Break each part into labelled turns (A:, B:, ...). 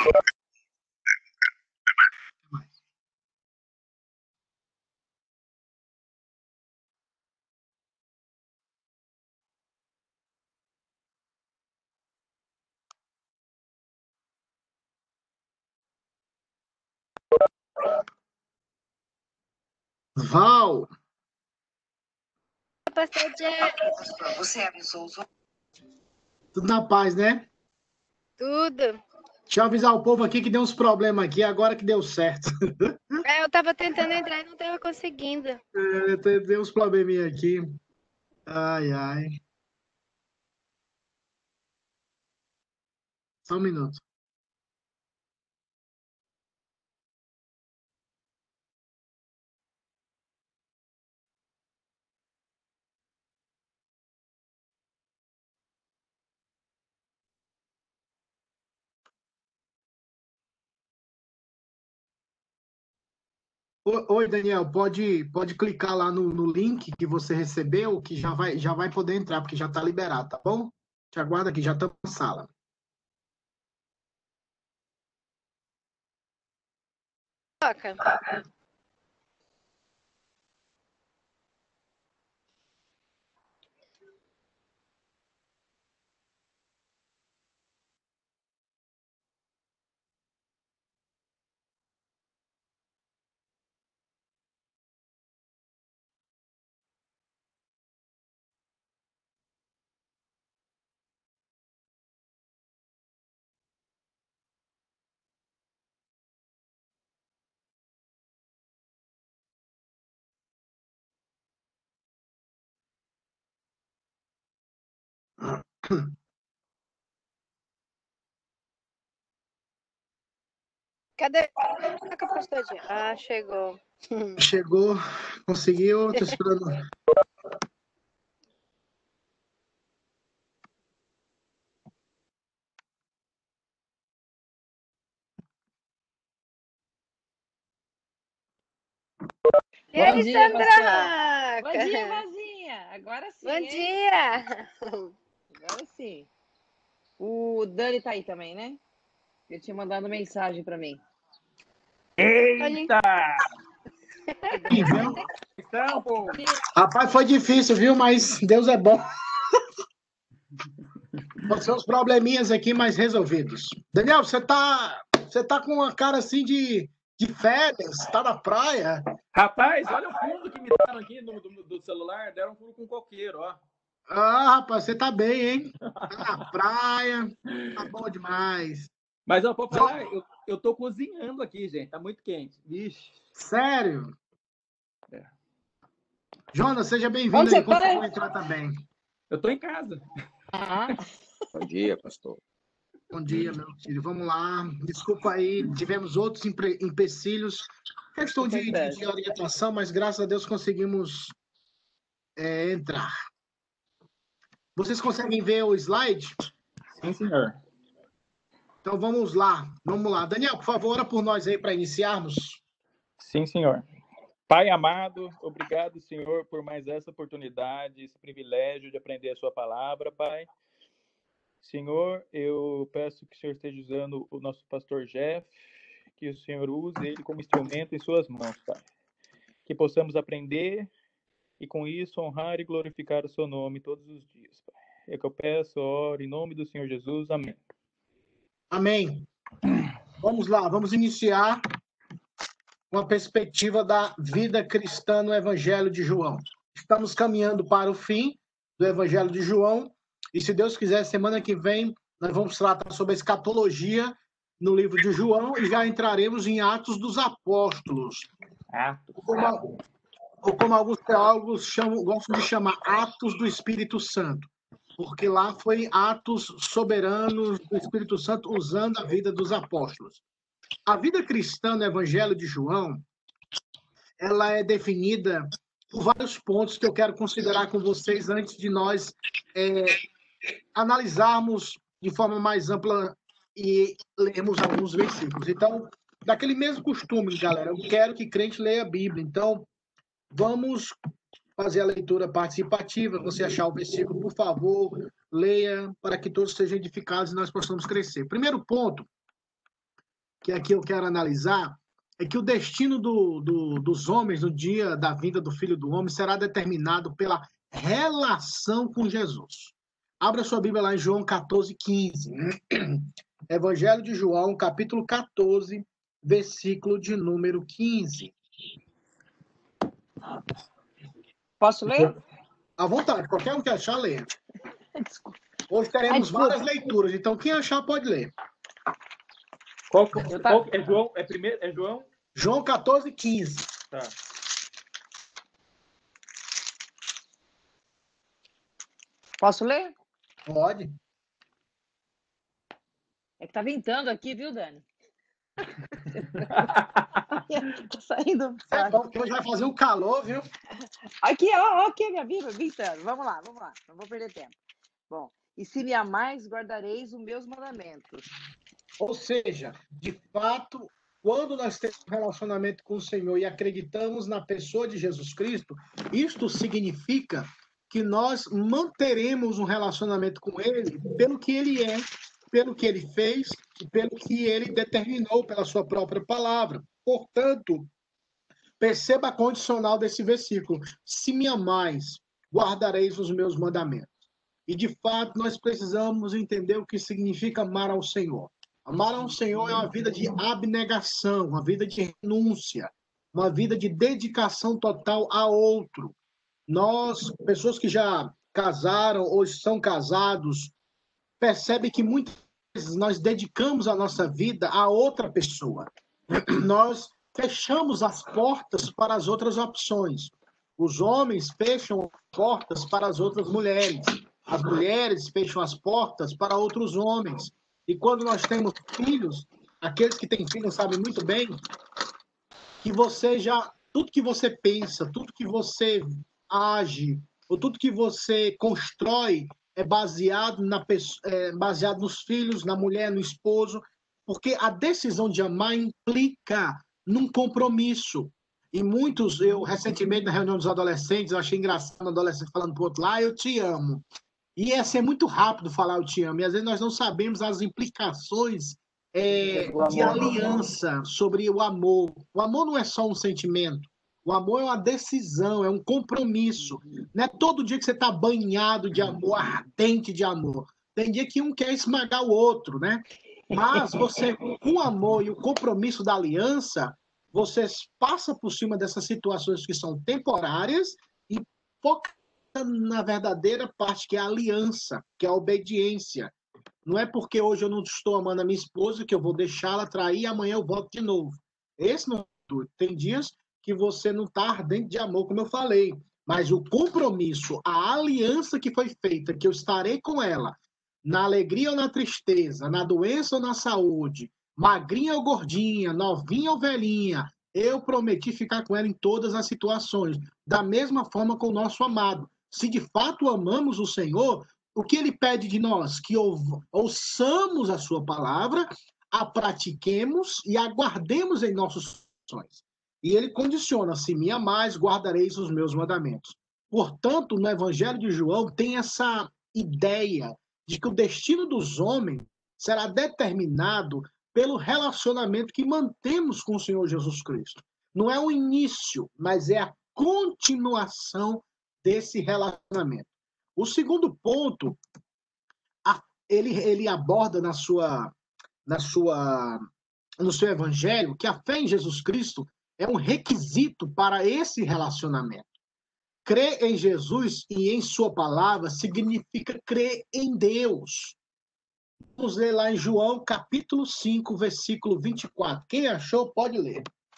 A: Val,
B: Pastor Jeff.
C: Você avisou os
A: tudo na paz, né?
B: Tudo.
A: Deixa eu avisar o povo aqui que deu uns problemas aqui, agora que deu certo.
B: Eu tava tentando entrar e não tava conseguindo.
A: Tem uns probleminha aqui. Ai, ai. Só um minuto. Oi, Daniel, pode clicar lá no link que você recebeu, que já vai poder entrar, porque já está liberado, tá bom? Te aguarda aqui, já estamos na sala.
B: Toca. Cadê o pastor Jeff? Ah, chegou.
A: Chegou, conseguiu, estou esperando.
B: E aí,
D: Bom dia,
B: Sandra?
D: pastor. Bom dia, Vazinha. Agora sim.
B: Bom
D: hein?
B: dia.
D: Agora sim. O Dani tá aí também, né? Ele tinha mandado mensagem pra mim.
E: Eita!
A: Viu?
E: Então, pô.
A: Rapaz, foi difícil, viu? Mas Deus é bom. São os probleminhas aqui, mas resolvidos. Daniel, você tá com uma cara assim de férias, tá na praia.
E: Rapaz, olha o fundo que me deram aqui do celular. Deram um fundo com coqueiro, ó.
A: Ah, rapaz, você tá bem, hein? Tá na praia, tá bom demais.
E: Mas, ó, pode falar, eu tô cozinhando aqui, gente. Tá muito quente. Vixe.
A: Sério?
E: É.
A: Jonas, seja bem-vindo
D: Onde
A: aí.
D: você tá?
A: Conseguiu entrar também.
E: Eu tô em casa.
F: Bom dia, pastor.
A: Bom dia, meu filho. Vamos lá. Desculpa aí, tivemos outros empecilhos. Questão de orientação, mas graças a Deus conseguimos entrar. Vocês conseguem ver o slide?
E: Sim, senhor.
A: Então vamos lá. Vamos lá. Daniel, por favor, ora por nós aí para iniciarmos.
E: Sim, senhor. Pai amado, obrigado, Senhor, por mais essa oportunidade, esse privilégio de aprender a sua palavra, Pai. Senhor, eu peço que o Senhor esteja usando o nosso pastor Jeff, que o Senhor use ele como instrumento em suas mãos, Pai. Que possamos aprender e, com isso, honrar e glorificar o seu nome todos os dias, Pai. É que eu peço, oro, em nome do Senhor Jesus. Amém.
A: Amém. Vamos lá, vamos iniciar com a perspectiva da vida cristã no Evangelho de João. Estamos caminhando para o fim do Evangelho de João, e se Deus quiser, semana que vem, nós vamos tratar sobre a escatologia no livro de João, e já entraremos em Atos dos Apóstolos. Ou como alguns teólogos gostam de chamar, Atos do Espírito Santo, porque lá foi atos soberanos do Espírito Santo usando a vida dos apóstolos. A vida cristã no Evangelho de João, ela é definida por vários pontos que eu quero considerar com vocês antes de nós analisarmos de forma mais ampla e lermos alguns versículos. Então, daquele mesmo costume, galera, eu quero que crente leia a Bíblia. Então, vamos fazer a leitura participativa. Você achar o versículo, por favor, leia para que todos sejam edificados e nós possamos crescer. Primeiro ponto, que aqui eu quero analisar, é que o destino dos homens no dia da vinda do Filho do Homem será determinado pela relação com Jesus. Abra sua Bíblia lá em João 14:15. Evangelho de João, capítulo 14, versículo de número 15.
D: Posso ler?
A: À vontade, qualquer um que achar, lê.
D: Desculpa.
A: Hoje teremos
D: desculpa.
A: várias leituras, então quem achar pode ler.
E: Qual é João? É primeiro? É João?
A: João 14:15.
E: Tá.
D: Posso ler?
A: Pode.
D: É que tá ventando aqui, viu, Dani? Tá saindo.
A: É bom, porque hoje vai fazer um calor, viu?
D: Aqui, ó, aqui a minha Bíblia, ventando. Vamos lá, não vou perder tempo. Bom, e se me amais, guardareis os meus mandamentos.
A: Ou seja, de fato, quando nós temos um relacionamento com o Senhor e acreditamos na pessoa de Jesus Cristo, isto significa que nós manteremos um relacionamento com Ele pelo que Ele é, pelo que Ele fez e pelo que Ele determinou pela sua própria palavra. Portanto, perceba a condicional desse versículo. Se me amais, guardareis os meus mandamentos. E, de fato, nós precisamos entender o que significa amar ao Senhor. Amar ao Senhor é uma vida de abnegação, uma vida de renúncia, uma vida de dedicação total a outro. Nós, pessoas que já casaram ou estão casados, percebem que muitas vezes nós dedicamos a nossa vida a outra pessoa. Nós fechamos as portas para as outras opções. Os homens fecham as portas para as outras mulheres. As mulheres fecham as portas para outros homens. E quando nós temos filhos, aqueles que têm filhos sabem muito bem que tudo que você pensa, tudo que você age, ou tudo que você constrói é baseado nos filhos, na mulher, no esposo, porque a decisão de amar implica num compromisso. E muitos, recentemente na reunião dos adolescentes, eu achei engraçado um adolescente falando para o outro lá, eu te amo. E é ser muito rápido falar eu te amo. E às vezes nós não sabemos as implicações de aliança sobre o amor. O amor não é só um sentimento. O amor é uma decisão, é um compromisso. Não é todo dia que você está banhado de amor, ardente de amor. Tem dia que um quer esmagar o outro, né? Mas você, com o amor e o compromisso da aliança, você passa por cima dessas situações que são temporárias e foca na verdadeira parte, que é a aliança, que é a obediência. Não é porque hoje eu não estou amando a minha esposa que eu vou deixá-la trair e amanhã eu volto de novo. Esse não é tudo. Tem dias que você não está ardente de amor, como eu falei. Mas o compromisso, a aliança que foi feita, que eu estarei com ela, na alegria ou na tristeza, na doença ou na saúde, magrinha ou gordinha, novinha ou velhinha, eu prometi ficar com ela em todas as situações. Da mesma forma com o nosso amado. Se de fato amamos o Senhor, o que Ele pede de nós? Que ouçamos a sua palavra, a pratiquemos e aguardemos em nossos corações. E Ele condiciona, se me amais, guardareis os meus mandamentos. Portanto, no Evangelho de João tem essa ideia de que o destino dos homens será determinado pelo relacionamento que mantemos com o Senhor Jesus Cristo. Não é o início, mas é a continuação desse relacionamento. O segundo ponto, ele aborda no seu evangelho que a fé em Jesus Cristo é um requisito para esse relacionamento. Crer em Jesus e em sua palavra significa crer em Deus. Vamos ler lá em João, capítulo 5, versículo 24. Quem achou, pode ler.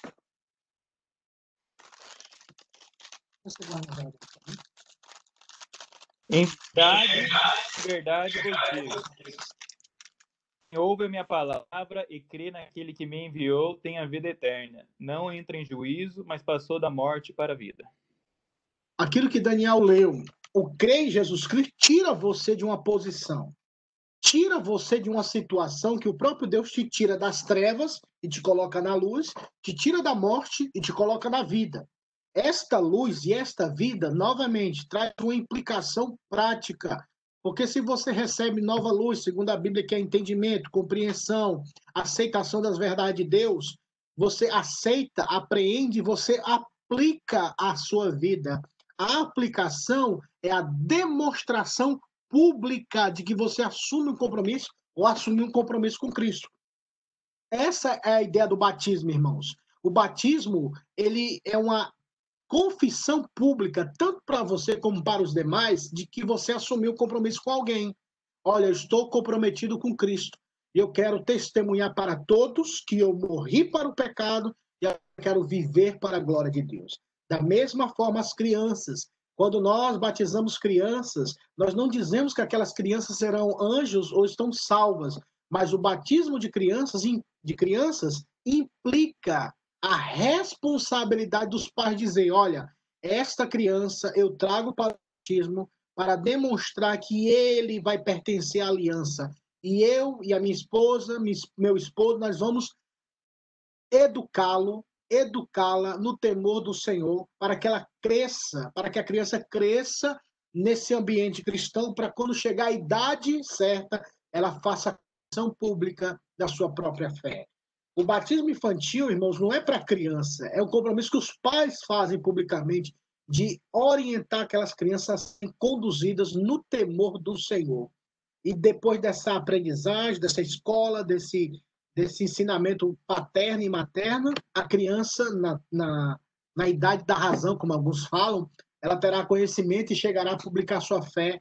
E: Em verdade vos digo. Quem ouve a minha palavra e crê naquele que me enviou tem a vida eterna. Não entra em juízo, mas passou da morte para a vida.
A: Aquilo que Daniel leu, o crer em Jesus Cristo tira você de uma posição. Tira você de uma situação que o próprio Deus te tira das trevas e te coloca na luz, te tira da morte e te coloca na vida. Esta luz e esta vida, novamente, traz uma implicação prática Porque se você recebe nova luz, segundo a Bíblia, que é entendimento, compreensão, aceitação das verdades de Deus, você aceita, apreende, você aplica a sua vida. A aplicação é a demonstração pública de que você assume um compromisso ou assume um compromisso com Cristo. Essa é a ideia do batismo, irmãos. O batismo, ele é uma confissão pública, tanto para você como para os demais, de que você assumiu um compromisso com alguém. Olha, eu estou comprometido com Cristo. Eu quero testemunhar para todos que eu morri para o pecado e eu quero viver para a glória de Deus. Da mesma forma, as crianças. Quando nós batizamos crianças, nós não dizemos que aquelas crianças serão anjos ou estão salvas, mas o batismo de crianças implica a responsabilidade dos pais dizer, olha, esta criança eu trago para o batismo para demonstrar que ele vai pertencer à aliança. E eu e a minha esposa, meu esposo, nós vamos educá-la no temor do Senhor, para que ela cresça, para que a criança cresça nesse ambiente cristão, para quando chegar a idade certa, ela faça a ação pública da sua própria fé. O batismo infantil, irmãos, não é para criança, é um compromisso que os pais fazem publicamente de orientar aquelas crianças a serem conduzidas no temor do Senhor. E depois dessa aprendizagem, dessa escola, desse ensinamento paterno e materno, a criança, na idade da razão, como alguns falam, ela terá conhecimento e chegará a publicar sua fé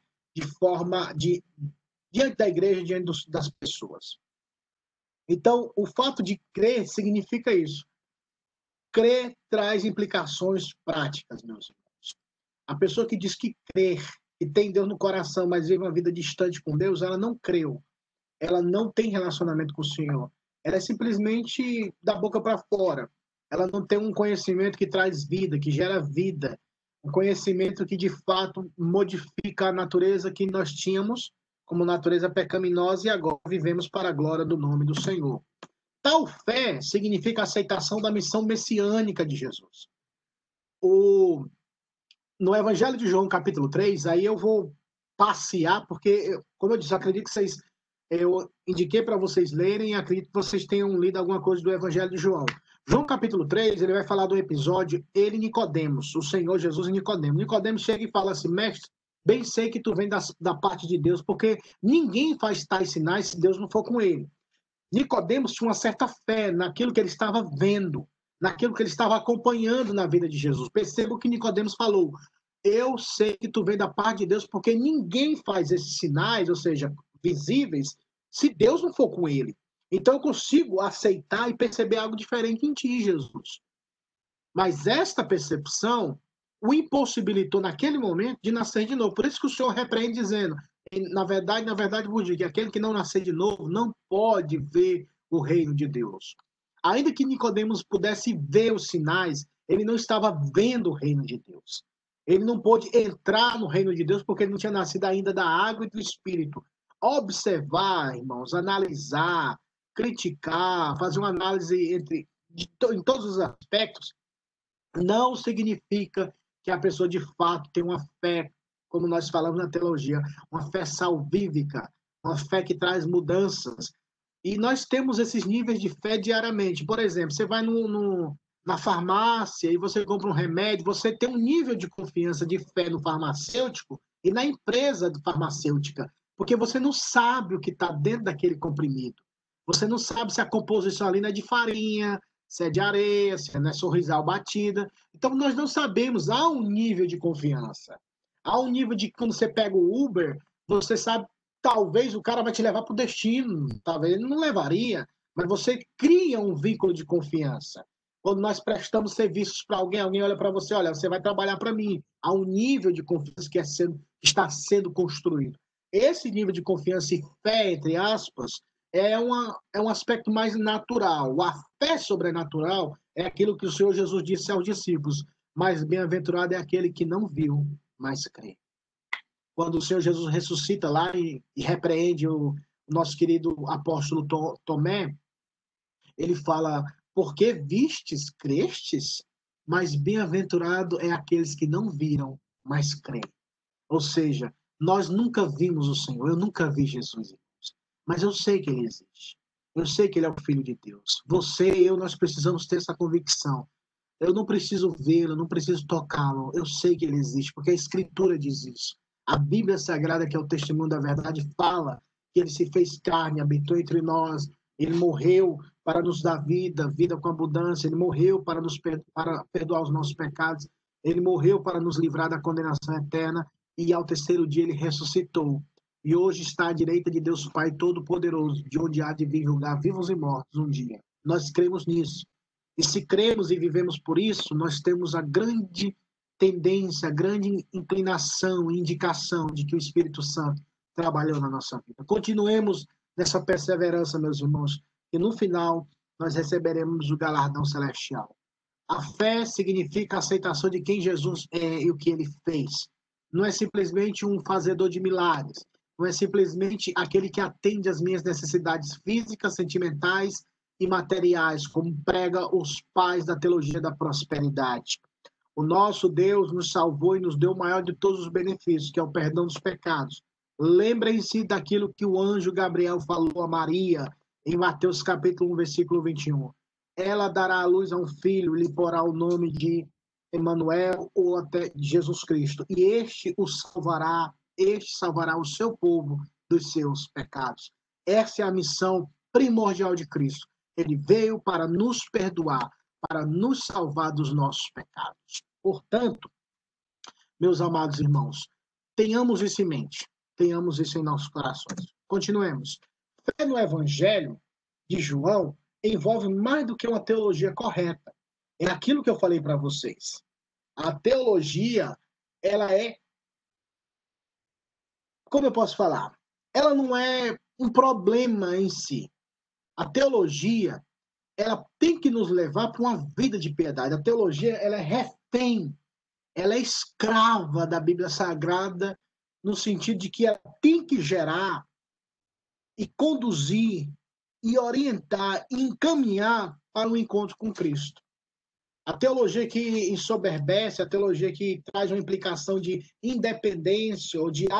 A: diante da igreja, diante das pessoas. Então, o fato de crer significa isso. Crer traz implicações práticas, meus irmãos. A pessoa que diz que crer, que tem Deus no coração, mas vive uma vida distante com Deus, ela não creu. Ela não tem relacionamento com o Senhor. Ela é simplesmente da boca para fora. Ela não tem um conhecimento que traz vida, que gera vida. Um conhecimento que, de fato, modifica a natureza que nós tínhamos como natureza pecaminosa e agora vivemos para a glória do nome do Senhor. Tal fé significa a aceitação da missão messiânica de Jesus. No Evangelho de João, capítulo 3, aí eu vou passear, porque, como eu disse, acredito que eu indiquei para vocês lerem, acredito que vocês tenham lido alguma coisa do Evangelho de João. João capítulo 3, ele vai falar do episódio, ele e Nicodemos, o Senhor Jesus e Nicodemos. Nicodemos chega e fala assim, mestre, bem sei que tu vem da parte de Deus, porque ninguém faz tais sinais se Deus não for com ele. Nicodemos tinha uma certa fé naquilo que ele estava vendo, naquilo que ele estava acompanhando na vida de Jesus. Perceba o que Nicodemos falou. Eu sei que tu vem da parte de Deus, porque ninguém faz esses sinais, ou seja, visíveis, se Deus não for com ele. Então eu consigo aceitar e perceber algo diferente em ti, Jesus. Mas esta percepção o impossibilitou naquele momento de nascer de novo. Por isso que o Senhor repreende dizendo, na verdade, vos digo que aquele que não nascer de novo não pode ver o reino de Deus. Ainda que Nicodemos pudesse ver os sinais, ele não estava vendo o reino de Deus. Ele não pôde entrar no reino de Deus porque ele não tinha nascido ainda da água e do Espírito. Observar, irmãos, analisar, criticar, fazer uma análise em todos os aspectos, não significa que a pessoa de fato tem uma fé, como nós falamos na teologia, uma fé salvífica, uma fé que traz mudanças. E nós temos esses níveis de fé diariamente. Por exemplo, você vai na farmácia e você compra um remédio, você tem um nível de confiança, de fé no farmacêutico e na empresa farmacêutica, porque você não sabe o que está dentro daquele comprimido. Você não sabe se a composição ali não é de farinha, se é de areia, se não é sorrisal batida. Então, nós não sabemos. Há um nível de confiança. Há um nível de quando você pega o Uber, você sabe, talvez o cara vai te levar para o destino. Talvez ele não levaria, mas você cria um vínculo de confiança. Quando nós prestamos serviços para alguém olha para você, olha, você vai trabalhar para mim. Há um nível de confiança que está sendo construído. Esse nível de confiança e fé, entre aspas, é um aspecto mais natural. A fé sobrenatural é aquilo que o Senhor Jesus disse aos discípulos, mas bem-aventurado é aquele que não viu, mas crê. Quando o Senhor Jesus ressuscita lá e repreende o nosso querido apóstolo Tomé, ele fala, porque vistes, crestes, mas bem-aventurado é aqueles que não viram, mas creem. Ou seja, Nós nunca vimos o Senhor, eu nunca vi Jesus, irmãos. Mas eu sei que ele existe. Eu sei que ele é o Filho de Deus. Você e eu, nós precisamos ter essa convicção. Eu não preciso vê-lo, eu não preciso tocá-lo. Eu sei que ele existe, porque a Escritura diz isso. A Bíblia Sagrada, que é o testemunho da verdade, fala que ele se fez carne, habitou entre nós. Ele morreu para nos dar vida, vida com abundância. Ele morreu para perdoar os nossos pecados. Ele morreu para nos livrar da condenação eterna. E ao terceiro dia ele ressuscitou. E hoje está à direita de Deus Pai Todo-Poderoso, de onde há de vir julgar vivos e mortos um dia. Nós cremos nisso. E se cremos e vivemos por isso, nós temos a grande tendência, a grande inclinação e indicação de que o Espírito Santo trabalhou na nossa vida. Continuemos nessa perseverança, meus irmãos, e no final nós receberemos o galardão celestial. A fé significa a aceitação de quem Jesus é e o que ele fez. Não é simplesmente um fazedor de milagres. Não é simplesmente aquele que atende às minhas necessidades físicas, sentimentais e materiais, como prega os pais da teologia da prosperidade. O nosso Deus nos salvou e nos deu o maior de todos os benefícios, que é o perdão dos pecados. Lembrem-se daquilo que o anjo Gabriel falou a Maria, em Mateus capítulo 1, versículo 21. Ela dará à luz a um filho, lhe porá o nome de Emanuel ou até Jesus Cristo. E este salvará o seu povo dos seus pecados. Essa é a missão primordial de Cristo. Ele veio para nos perdoar, para nos salvar dos nossos pecados. Portanto, meus amados irmãos, tenhamos isso em mente, tenhamos isso em nossos corações. Continuemos. Fé no Evangelho de João envolve mais do que uma teologia correta. É aquilo que eu falei para vocês. A teologia, ela é, como eu posso falar? Ela não é um problema em si. A teologia, ela tem que nos levar para uma vida de piedade. A teologia, ela é refém, ela é escrava da Bíblia Sagrada, no sentido de que ela tem que gerar e conduzir e orientar e encaminhar para o encontro com Cristo. A teologia que ensoberbece, a teologia que traz uma implicação de independência ou de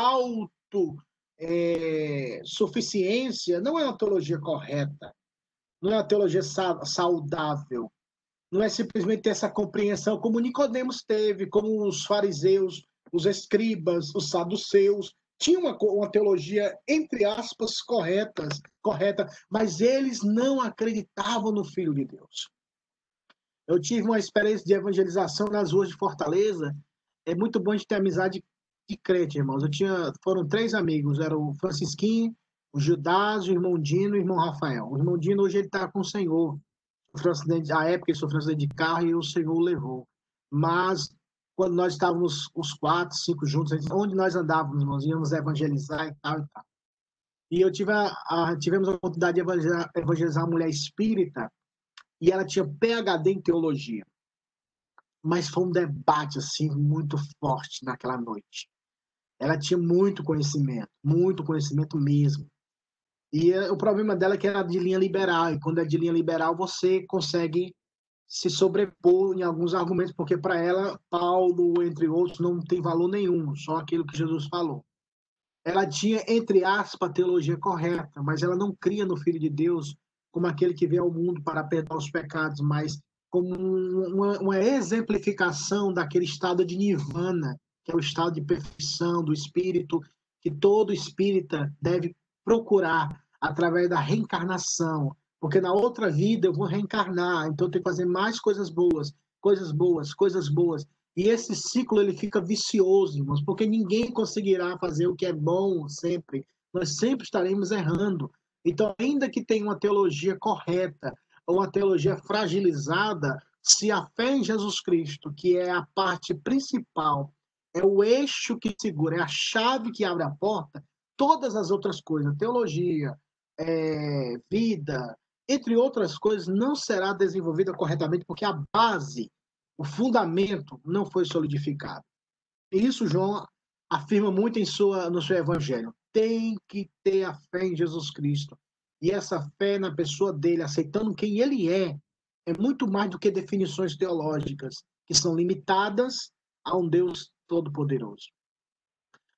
A: autossuficiência, não é uma teologia correta, não é uma teologia saudável, não é simplesmente ter essa compreensão como Nicodemos teve, como os fariseus, os escribas, os saduceus, tinham uma teologia, entre aspas, correta, mas eles não acreditavam no Filho de Deus. Eu tive uma experiência de evangelização nas ruas de Fortaleza. É muito bom de ter amizade de crente, irmãos. Foram 3 amigos, era o Francisquinho, o Judas, o irmão Dino e o irmão Rafael. O irmão Dino hoje ele está com o Senhor. À época ele sofreu um acidente de carro e o Senhor o levou. Mas quando nós estávamos os 4, 5 juntos, onde nós andávamos, irmãos, íamos evangelizar e tal e tal. E tivemos a oportunidade de evangelizar uma mulher espírita, e ela tinha PhD em teologia. Mas foi um debate assim muito forte naquela noite. Ela tinha muito conhecimento mesmo. E o problema dela é que era de linha liberal, e quando é de linha liberal você consegue se sobrepor em alguns argumentos, porque para ela, Paulo, entre outros, não tem valor nenhum, só aquilo que Jesus falou. Ela tinha, entre aspas, a teologia correta, mas ela não cria no Filho de Deus como aquele que veio ao mundo para perdoar os pecados, mas como uma exemplificação daquele estado de nirvana, que é o estado de perfeição do espírito, que todo espírita deve procurar através da reencarnação, porque na outra vida eu vou reencarnar, então eu tenho que fazer mais coisas boas. E esse ciclo ele fica vicioso, irmãos, porque ninguém conseguirá fazer o que é bom sempre. Nós sempre estaremos errando. Então, ainda que tenha uma teologia correta ou uma teologia fragilizada, se a fé em Jesus Cristo, que é a parte principal, é o eixo que segura, é a chave que abre a porta, todas as outras coisas, teologia, vida, entre outras coisas, não será desenvolvida corretamente, porque a base, o fundamento, não foi solidificado. E isso João afirma muito no seu evangelho. Tem que ter a fé em Jesus Cristo. E essa fé na pessoa dele, aceitando quem ele é muito mais do que definições teológicas, que são limitadas a um Deus todo-poderoso.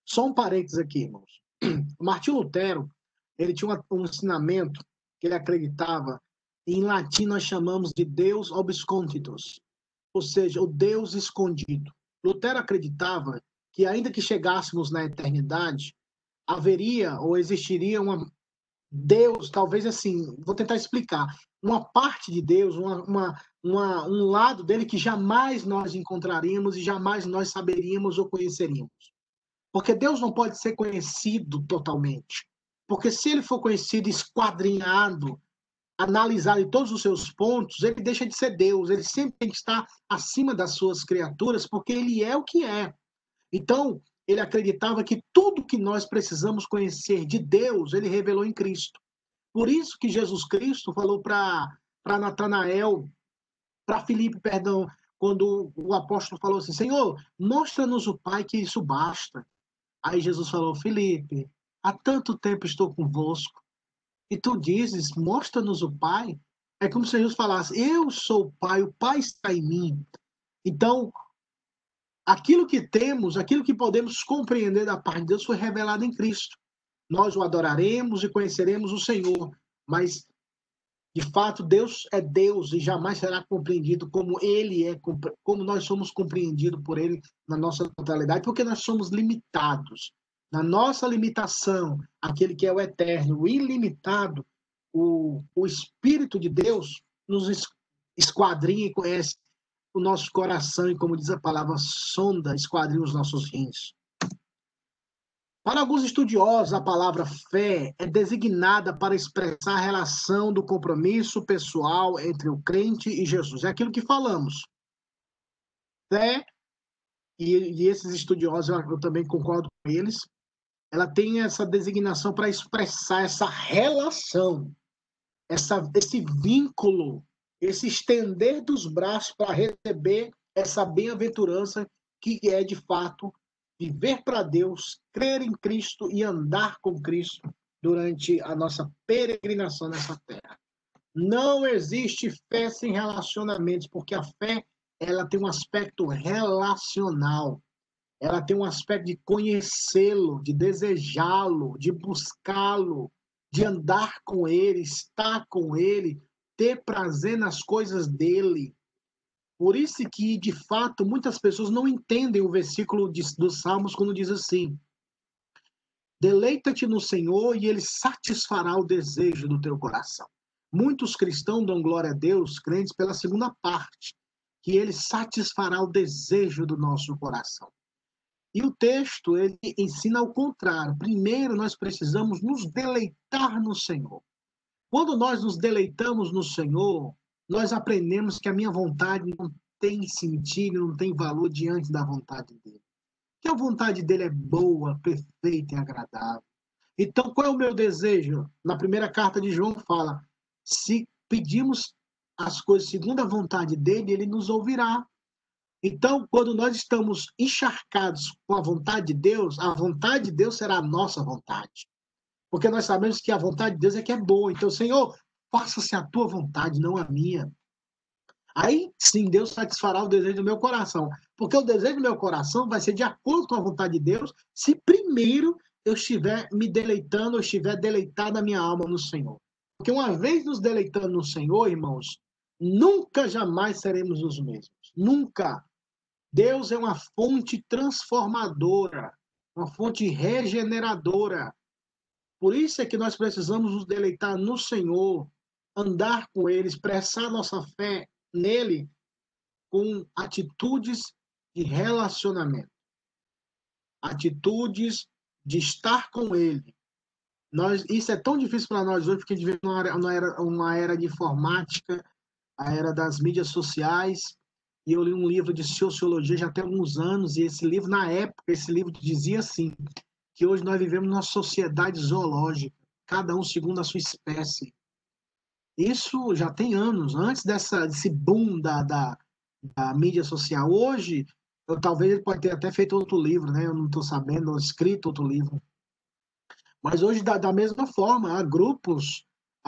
A: Só um parênteses aqui, irmãos. Martinho Lutero, ele tinha um ensinamento que ele acreditava, em latim nós chamamos de Deus obsconditus, ou seja, o Deus escondido. Lutero acreditava que, ainda que chegássemos na eternidade, haveria ou existiria Deus, talvez assim, vou tentar explicar, uma parte de Deus, um lado dele que jamais nós encontraríamos e jamais nós saberíamos ou conheceríamos. Porque Deus não pode ser conhecido totalmente. Porque se ele for conhecido, esquadrinhado, analisado em todos os seus pontos, ele deixa de ser Deus. Ele sempre tem que estar acima das suas criaturas, porque ele é o que é. Então, ele acreditava que tudo que nós precisamos conhecer de Deus, ele revelou em Cristo. Por isso que Jesus Cristo falou para Natanael, para Filipe, perdão, quando o apóstolo falou assim, Senhor, mostra-nos o Pai, que isso basta. Aí Jesus falou, Filipe, há tanto tempo estou convosco, e tu dizes, mostra-nos o Pai. É como se Jesus falasse, eu sou o Pai, o Pai está em mim. Então, aquilo que temos, aquilo que podemos compreender da parte de Deus foi revelado em Cristo. Nós o adoraremos e conheceremos o Senhor, mas, de fato, Deus é Deus e jamais será compreendido como Ele é, como nós somos compreendidos por Ele na nossa totalidade, porque nós somos limitados. Na nossa limitação, aquele que é o eterno, o ilimitado, o Espírito de Deus nos esquadrinha e conhece o nosso coração e, como diz a palavra, sonda, esquadrinha os nossos rins. Para alguns estudiosos, a palavra fé é designada para expressar a relação do compromisso pessoal entre o crente e Jesus. É aquilo que falamos. Fé, e esses estudiosos, eu também concordo com eles, ela tem essa designação para expressar essa relação, esse vínculo, esse estender dos braços para receber essa bem-aventurança que é, de fato, viver para Deus, crer em Cristo e andar com Cristo durante a nossa peregrinação nessa terra. Não existe fé sem relacionamentos, porque a fé ela tem um aspecto relacional. Ela tem um aspecto de conhecê-lo, de desejá-lo, de buscá-lo, de andar com ele, estar com ele, ter prazer nas coisas dele. Por isso que, de fato, muitas pessoas não entendem o versículo dos Salmos quando diz assim, deleita-te no Senhor e ele satisfará o desejo do teu coração. Muitos cristãos dão glória a Deus, crentes, pela segunda parte, que ele satisfará o desejo do nosso coração. E o texto, ele ensina ao contrário. Primeiro, nós precisamos nos deleitar no Senhor. Quando nós nos deleitamos no Senhor, nós aprendemos que a minha vontade não tem sentido, não tem valor diante da vontade dele. Que a vontade dele é boa, perfeita e agradável. Então, qual é o meu desejo? Na primeira carta de João fala, se pedimos as coisas segundo a vontade dele, ele nos ouvirá. Então, quando nós estamos encharcados com a vontade de Deus será a nossa vontade. Porque nós sabemos que a vontade de Deus é que é boa. Então, Senhor, faça-se a tua vontade, não a minha. Aí, sim, Deus satisfará o desejo do meu coração. Porque o desejo do meu coração vai ser de acordo com a vontade de Deus, se primeiro eu estiver me deleitando, eu estiver deleitado a minha alma no Senhor. Porque uma vez nos deleitando no Senhor, irmãos, nunca, jamais seremos os mesmos. Nunca. Deus é uma fonte transformadora, uma fonte regeneradora. Por isso é que nós precisamos nos deleitar no Senhor, andar com Ele, expressar nossa fé nele com atitudes de relacionamento, atitudes de estar com Ele. Isso é tão difícil para nós hoje, porque a gente vive uma era de informática, a era das mídias sociais, e eu li um livro de sociologia já tem alguns anos, e esse livro, na época, esse livro dizia assim, que hoje nós vivemos numa sociedade zoológica, cada um segundo a sua espécie. Isso já tem anos, antes desse boom da mídia social. Hoje, talvez ele pode ter até feito outro livro, né? Eu não estou sabendo, ou escrito outro livro. Mas hoje, da mesma forma, há grupos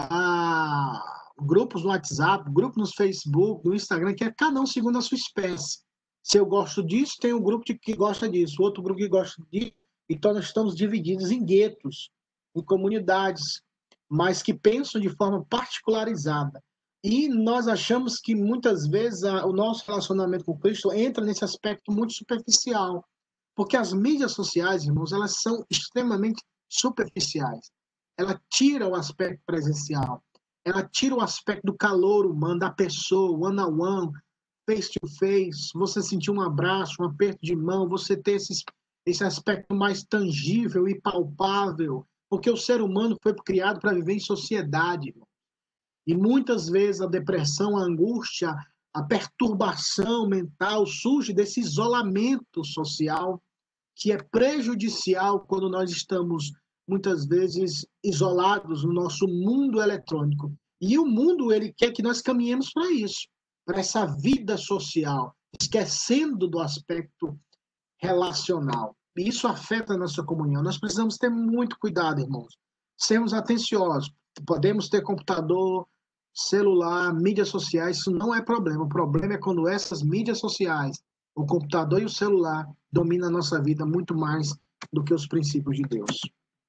A: no WhatsApp, grupos no Facebook, no Instagram, que é cada um segundo a sua espécie. Se eu gosto disso, tem um grupo que gosta disso, outro grupo que gosta disso, Então, nós estamos divididos em guetos, em comunidades, mas que pensam de forma particularizada. E nós achamos que, muitas vezes, o nosso relacionamento com Cristo entra nesse aspecto muito superficial. Porque as mídias sociais, irmãos, elas são extremamente superficiais. Ela tira o aspecto presencial. Ela tira o aspecto do calor humano, da pessoa, one-on-one, face-to-face. Você sentir um abraço, um aperto de mão, você ter esse aspecto mais tangível e palpável. Porque o ser humano foi criado para viver em sociedade, irmão. E muitas vezes a depressão, a angústia, a perturbação mental surge desse isolamento social que é prejudicial quando nós estamos, muitas vezes, isolados no nosso mundo eletrônico. E o mundo, ele quer que nós caminhemos para isso, para essa vida social, esquecendo do aspecto relacional. E isso afeta a nossa comunhão. Nós precisamos ter muito cuidado, irmãos. Sermos atenciosos. Podemos ter computador, celular, mídias sociais, isso não é problema. O problema é quando essas mídias sociais, o computador e o celular, dominam a nossa vida muito mais do que os princípios de Deus.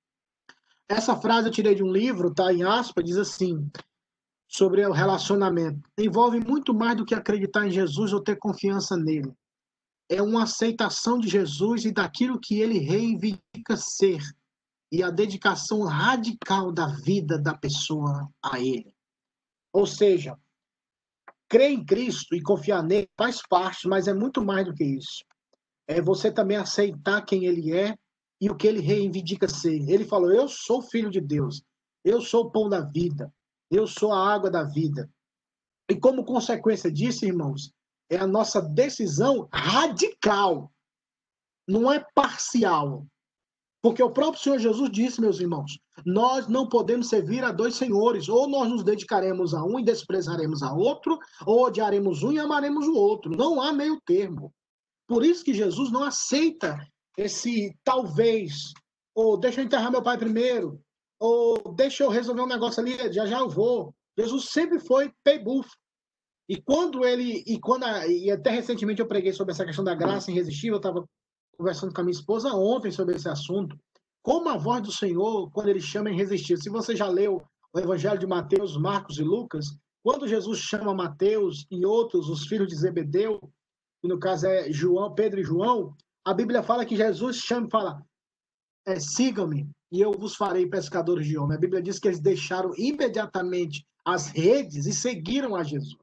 A: Essa frase eu tirei de um livro, tá em aspas, diz assim, sobre o relacionamento. Envolve muito mais do que acreditar em Jesus ou ter confiança nele. É uma aceitação de Jesus e daquilo que ele reivindica ser, e a dedicação radical da vida da pessoa a ele. Ou seja, crer em Cristo e confiar nele faz parte, mas é muito mais do que isso. É você também aceitar quem ele é e o que ele reivindica ser. Ele falou, eu sou filho de Deus, eu sou o pão da vida, eu sou a água da vida. E como consequência disso, irmãos, é a nossa decisão radical, não é parcial. Porque o próprio Senhor Jesus disse, meus irmãos, nós não podemos servir a dois senhores, ou nós nos dedicaremos a um e desprezaremos a outro, ou odiaremos um e amaremos o outro. Não há meio termo. Por isso que Jesus não aceita esse talvez, ou deixa eu enterrar meu pai primeiro, ou deixa eu resolver um negócio ali, já já eu vou. Jesus sempre foi pay buff. E e até recentemente eu preguei sobre essa questão da graça irresistível, eu estava conversando com a minha esposa ontem sobre esse assunto. Como a voz do Senhor, quando ele chama, é irresistível. Se você já leu o Evangelho de Mateus, Marcos e Lucas, quando Jesus chama Mateus e outros, os filhos de Zebedeu, que no caso é João, Pedro e João, a Bíblia fala que Jesus chama e fala, sigam-me e eu vos farei pescadores de homens. A Bíblia diz que eles deixaram imediatamente as redes e seguiram a Jesus.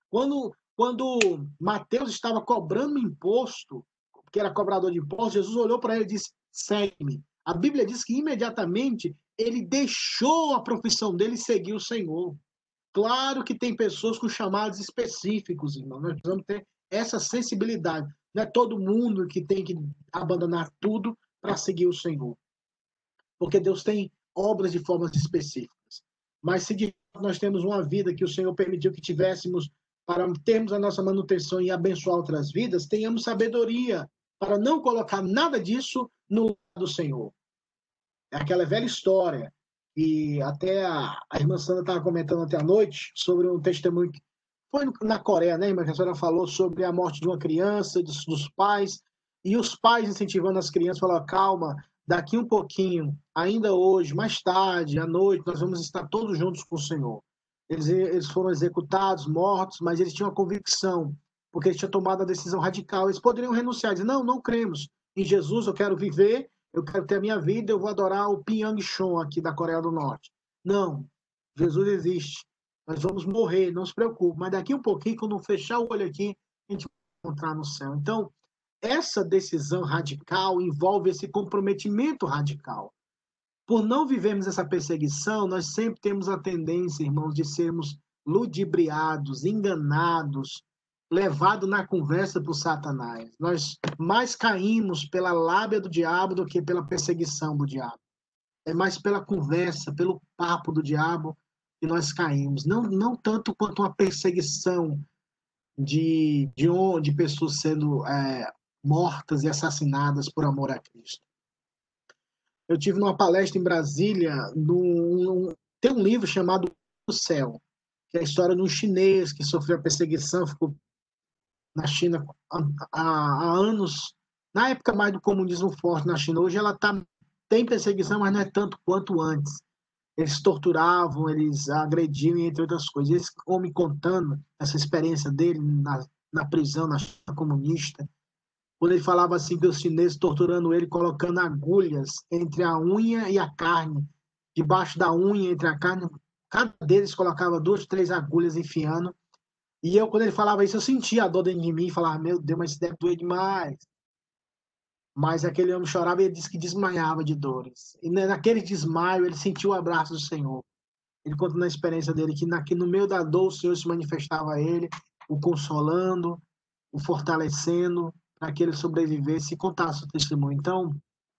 A: Quando Mateus estava cobrando imposto, que era cobrador de impostos, Jesus olhou para ele e disse, segue-me. A Bíblia diz que imediatamente ele deixou a profissão dele e seguiu o Senhor. Claro que tem pessoas com chamados específicos, irmão. Nós precisamos ter essa sensibilidade. Não é todo mundo que tem que abandonar tudo para seguir o Senhor. Porque Deus tem obras de formas específicas. Mas se de fato nós temos uma vida que o Senhor permitiu que tivéssemos para termos a nossa manutenção e abençoar outras vidas, tenhamos sabedoria para não colocar nada disso no lugar do Senhor. É aquela velha história. E até a irmã Sandra estava comentando até à noite sobre um testemunho que foi na Coreia, né, irmã? Que a senhora falou sobre a morte de uma criança, dos pais, e os pais incentivando as crianças, falaram, calma, daqui um pouquinho, ainda hoje, mais tarde, à noite, nós vamos estar todos juntos com o Senhor. Eles foram executados, mortos, mas eles tinham a convicção, porque eles tinham tomado a decisão radical. Eles poderiam renunciar, dizer, não cremos em Jesus, eu quero viver, eu quero ter a minha vida, eu vou adorar o Pyongyang aqui da Coreia do Norte. Não, Jesus existe. Nós vamos morrer, não se preocupe. Mas daqui um pouquinho, quando fechar o olho aqui, a gente vai encontrar no céu. Então, essa decisão radical envolve esse comprometimento radical. Por não vivermos essa perseguição, nós sempre temos a tendência, irmãos, de sermos ludibriados, enganados, levados na conversa por Satanás. Nós mais caímos pela lábia do diabo do que pela perseguição do diabo. É mais pela conversa, pelo papo do diabo que nós caímos. Não tanto quanto uma perseguição de pessoas sendo mortas e assassinadas por amor a Cristo. Eu tive numa palestra em Brasília, tem um livro chamado O Céu, que é a história de um chinês que sofreu a perseguição, ficou na China há anos Na época mais do comunismo forte na China, hoje ela tem perseguição, mas não é tanto quanto antes. Eles torturavam, eles agrediam, entre outras coisas. Esse homem contando essa experiência dele na prisão, na China comunista, quando ele falava assim que os chineses torturando ele, colocando agulhas entre a unha e a carne, debaixo da unha, entre a carne, cada deles colocava 2, 3 agulhas enfiando. E eu, quando ele falava isso, eu sentia a dor dentro de mim, e falava, meu Deus, mas isso deve doer demais. Mas aquele homem chorava e ele disse que desmaiava de dores. E naquele desmaio, ele sentiu o abraço do Senhor. Ele conta na experiência dele que no meio da dor, o Senhor se manifestava a ele, o consolando, o fortalecendo, para que ele sobrevivesse e contasse o testemunho. Então,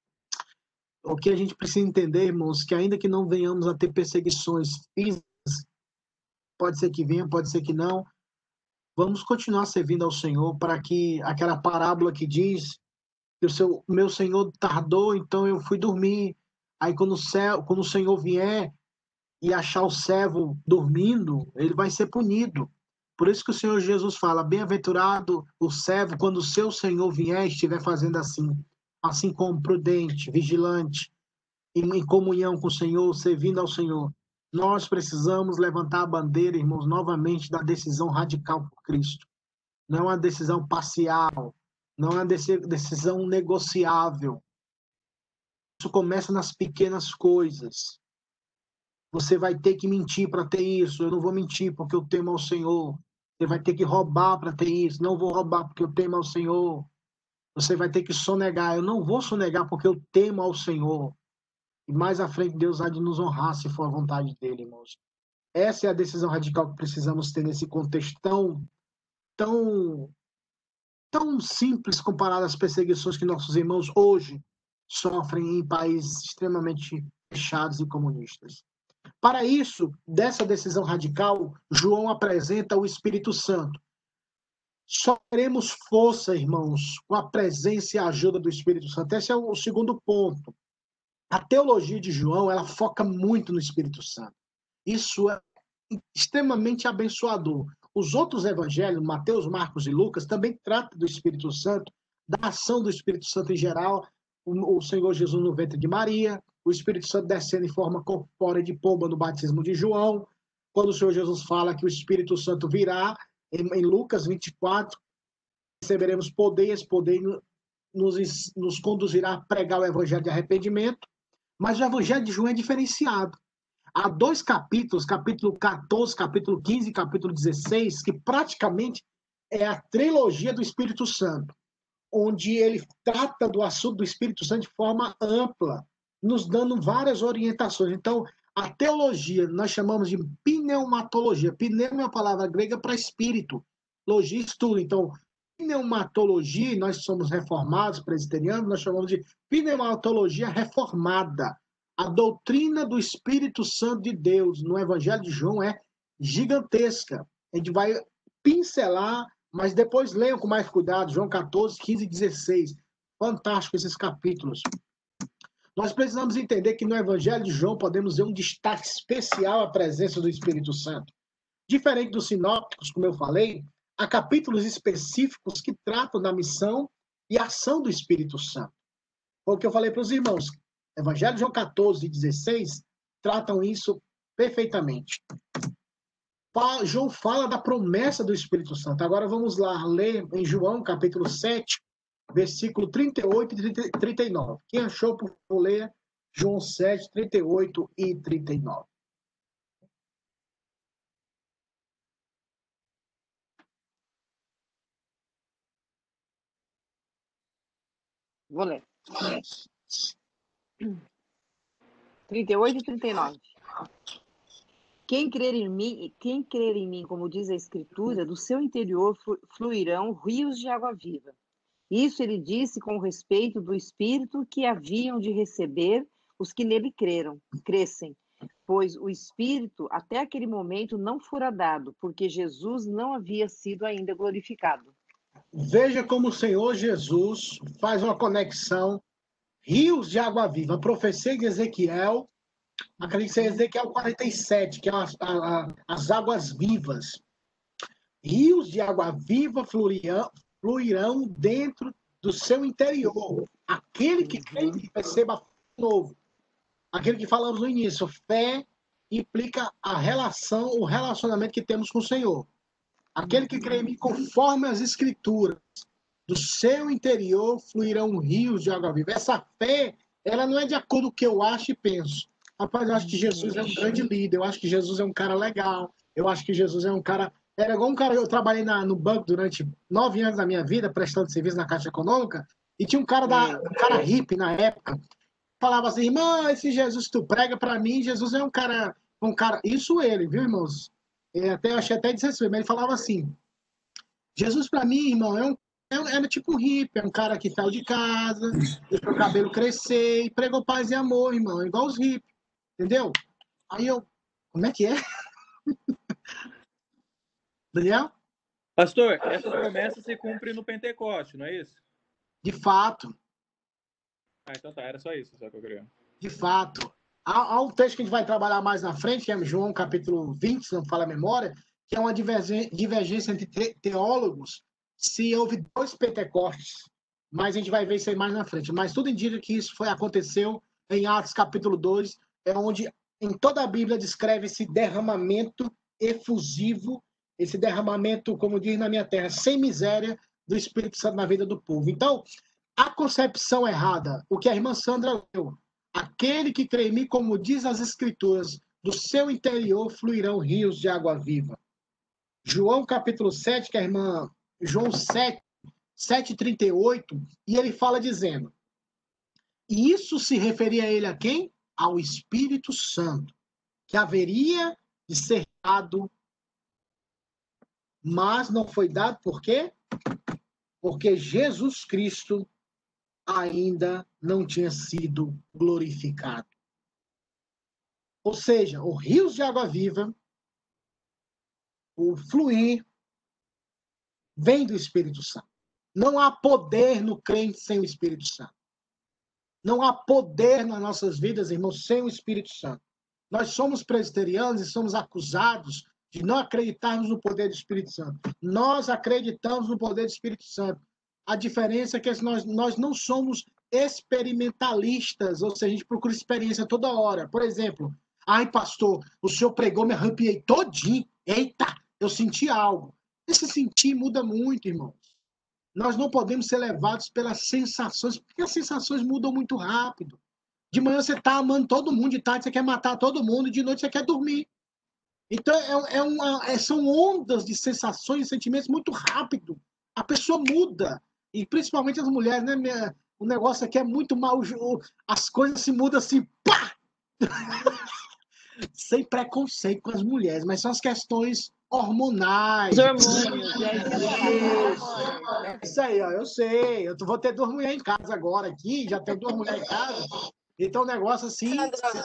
A: o que a gente precisa entender, irmãos, que ainda que não venhamos a ter perseguições físicas, pode ser que venha, pode ser que não, vamos continuar servindo ao Senhor para que aquela parábola que diz que o meu Senhor tardou, então eu fui dormir. Aí quando o Senhor vier e achar o servo dormindo, ele vai ser punido. Por isso que o Senhor Jesus fala, bem-aventurado o servo quando o seu Senhor vier e estiver fazendo assim como prudente, vigilante, em comunhão com o Senhor, servindo ao Senhor. Nós precisamos levantar a bandeira, irmãos, novamente da decisão radical por Cristo. Não é uma decisão parcial, não é uma decisão negociável. Isso começa nas pequenas coisas. Você vai ter que mentir para ter isso. Eu não vou mentir porque eu temo ao Senhor. Você vai ter que roubar para ter isso. Não vou roubar porque eu temo ao Senhor. Você vai ter que sonegar. Eu não vou sonegar porque eu temo ao Senhor. E mais à frente Deus há de nos honrar se for a vontade dele, irmãos. Essa é a decisão radical que precisamos ter nesse contexto tão simples comparado às perseguições que nossos irmãos hoje sofrem em países extremamente fechados e comunistas. Para isso, dessa decisão radical, João apresenta o Espírito Santo. Só teremos força, irmãos, com a presença e a ajuda do Espírito Santo. Esse é o segundo ponto. A teologia de João, ela foca muito no Espírito Santo. Isso é extremamente abençoador. Os outros evangelhos, Mateus, Marcos e Lucas, também tratam do Espírito Santo, da ação do Espírito Santo em geral, o Senhor Jesus no ventre de Maria, o Espírito Santo descendo em forma corpórea de pomba no batismo de João, quando o Senhor Jesus fala que o Espírito Santo virá, em Lucas 24, receberemos poder, e esse poder nos conduzirá a pregar o evangelho de arrependimento, mas o evangelho de João é diferenciado. Há 2 capítulos, capítulo 14, capítulo 15 e capítulo 16, que praticamente é a trilogia do Espírito Santo, onde ele trata do assunto do Espírito Santo de forma ampla, nos dando várias orientações. Então, a teologia nós chamamos de pneumatologia. Pneuma é a palavra grega para espírito, logia, estudo. Então, pneumatologia, nós somos reformados, presbiterianos, nós chamamos de pneumatologia reformada. A doutrina do Espírito Santo de Deus no Evangelho de João é gigantesca. A gente vai pincelar, mas depois leiam com mais cuidado, João 14, 15 e 16. Fantástico esses capítulos. Nós precisamos entender que no Evangelho de João podemos ver um destaque especial à presença do Espírito Santo. Diferente dos sinópticos, como eu falei, há capítulos específicos que tratam da missão e ação do Espírito Santo. Foi o que eu falei para os irmãos. Evangelho de João 14 e 16 tratam isso perfeitamente. João fala da promessa do Espírito Santo. Agora vamos lá ler em João capítulo 7, versículo 38 e 39. Quem achou, por favor, ler João 7, 38 e 39.
D: Vou ler. 38 e 39. Quem crer em mim, como diz a Escritura, do seu interior fluirão rios de água viva. Isso ele disse com respeito do Espírito que haviam de receber os que nele crescem, pois o Espírito até aquele momento não fora dado, porque Jesus não havia sido ainda glorificado.
A: Veja como o Senhor Jesus faz uma conexão, rios de água viva. A profecia de Ezequiel, acredito que é Ezequiel 47, que é as águas vivas. Rios de água viva fluirão dentro do seu interior. Aquele que crê em mim receba novo. Aquele que falamos no início, fé implica a relação, o relacionamento que temos com o Senhor. Aquele que crê em mim, conforme as Escrituras, do seu interior fluirão rios de água viva. Essa fé, ela não é de acordo com o que eu acho e penso. Rapaz, eu acho que Jesus é um grande líder, eu acho que Jesus é um cara legal, eu acho que Jesus é um cara... Era igual um cara, eu trabalhei no banco durante 9 anos da minha vida, prestando serviço na Caixa Econômica, e tinha um cara hippie na época, falava assim, irmão, esse Jesus que tu prega, pra mim, Jesus é um cara... Isso ele, viu, irmãos? Eu achei até desrespeito, mas ele falava assim, Jesus pra mim, irmão, era tipo um hippie, é um cara que saiu de casa, deixou o cabelo crescer e pregou paz e amor, irmão, igual os hippies, entendeu? Aí eu, como é que é? Daniel?
E: Pastor, essa promessa se cumpre no Pentecoste, não é isso?
A: De fato.
E: Ah, então tá, era só isso só que eu queria.
A: De fato. Há um texto que a gente vai trabalhar mais na frente, que é João capítulo 20, se não me falha a memória, que é uma divergência entre teólogos, se houve 2 Pentecostes. Mas a gente vai ver isso aí mais na frente. Mas tudo indica que isso aconteceu em Atos capítulo 2, é onde em toda a Bíblia descreve esse derramamento efusivo, esse derramamento, como diz na minha terra, sem miséria do Espírito Santo na vida do povo. Então, a concepção errada, o que a irmã Sandra leu, aquele que crê em mim, como diz as Escrituras, do seu interior fluirão rios de água viva. João capítulo 7, que a irmã João 7:38, e ele fala dizendo, e isso se referia a ele a quem? Ao Espírito Santo, que haveria de ser dado, mas não foi dado por quê? Porque Jesus Cristo ainda não tinha sido glorificado. Ou seja, os rios de água viva, o fluir, vem do Espírito Santo. Não há poder no crente sem o Espírito Santo. Não há poder nas nossas vidas, irmãos, sem o Espírito Santo. Nós somos presbiterianos e somos acusados de não acreditarmos no poder do Espírito Santo. Nós acreditamos no poder do Espírito Santo. A diferença é que nós não somos experimentalistas, ou seja, a gente procura experiência toda hora. Por exemplo, ai, pastor, o senhor pregou, me arrepiei todinho. Eita, eu senti algo. Esse sentir muda muito, irmãos. Nós não podemos ser levados pelas sensações, porque as sensações mudam muito rápido. De manhã você está amando todo mundo, de tarde você quer matar todo mundo, de noite você quer dormir. Então, são ondas de sensações e sentimentos muito rápido. A pessoa muda. E principalmente as mulheres, né? O negócio aqui é muito mal. As coisas se mudam assim, pá! Sem preconceito com as mulheres, mas são as questões hormonais.
D: Os hormônios.
A: Isso aí, ó, eu sei. Eu vou ter 2 mulheres em casa agora aqui, já tenho 2 mulheres em casa. Então, o negócio assim...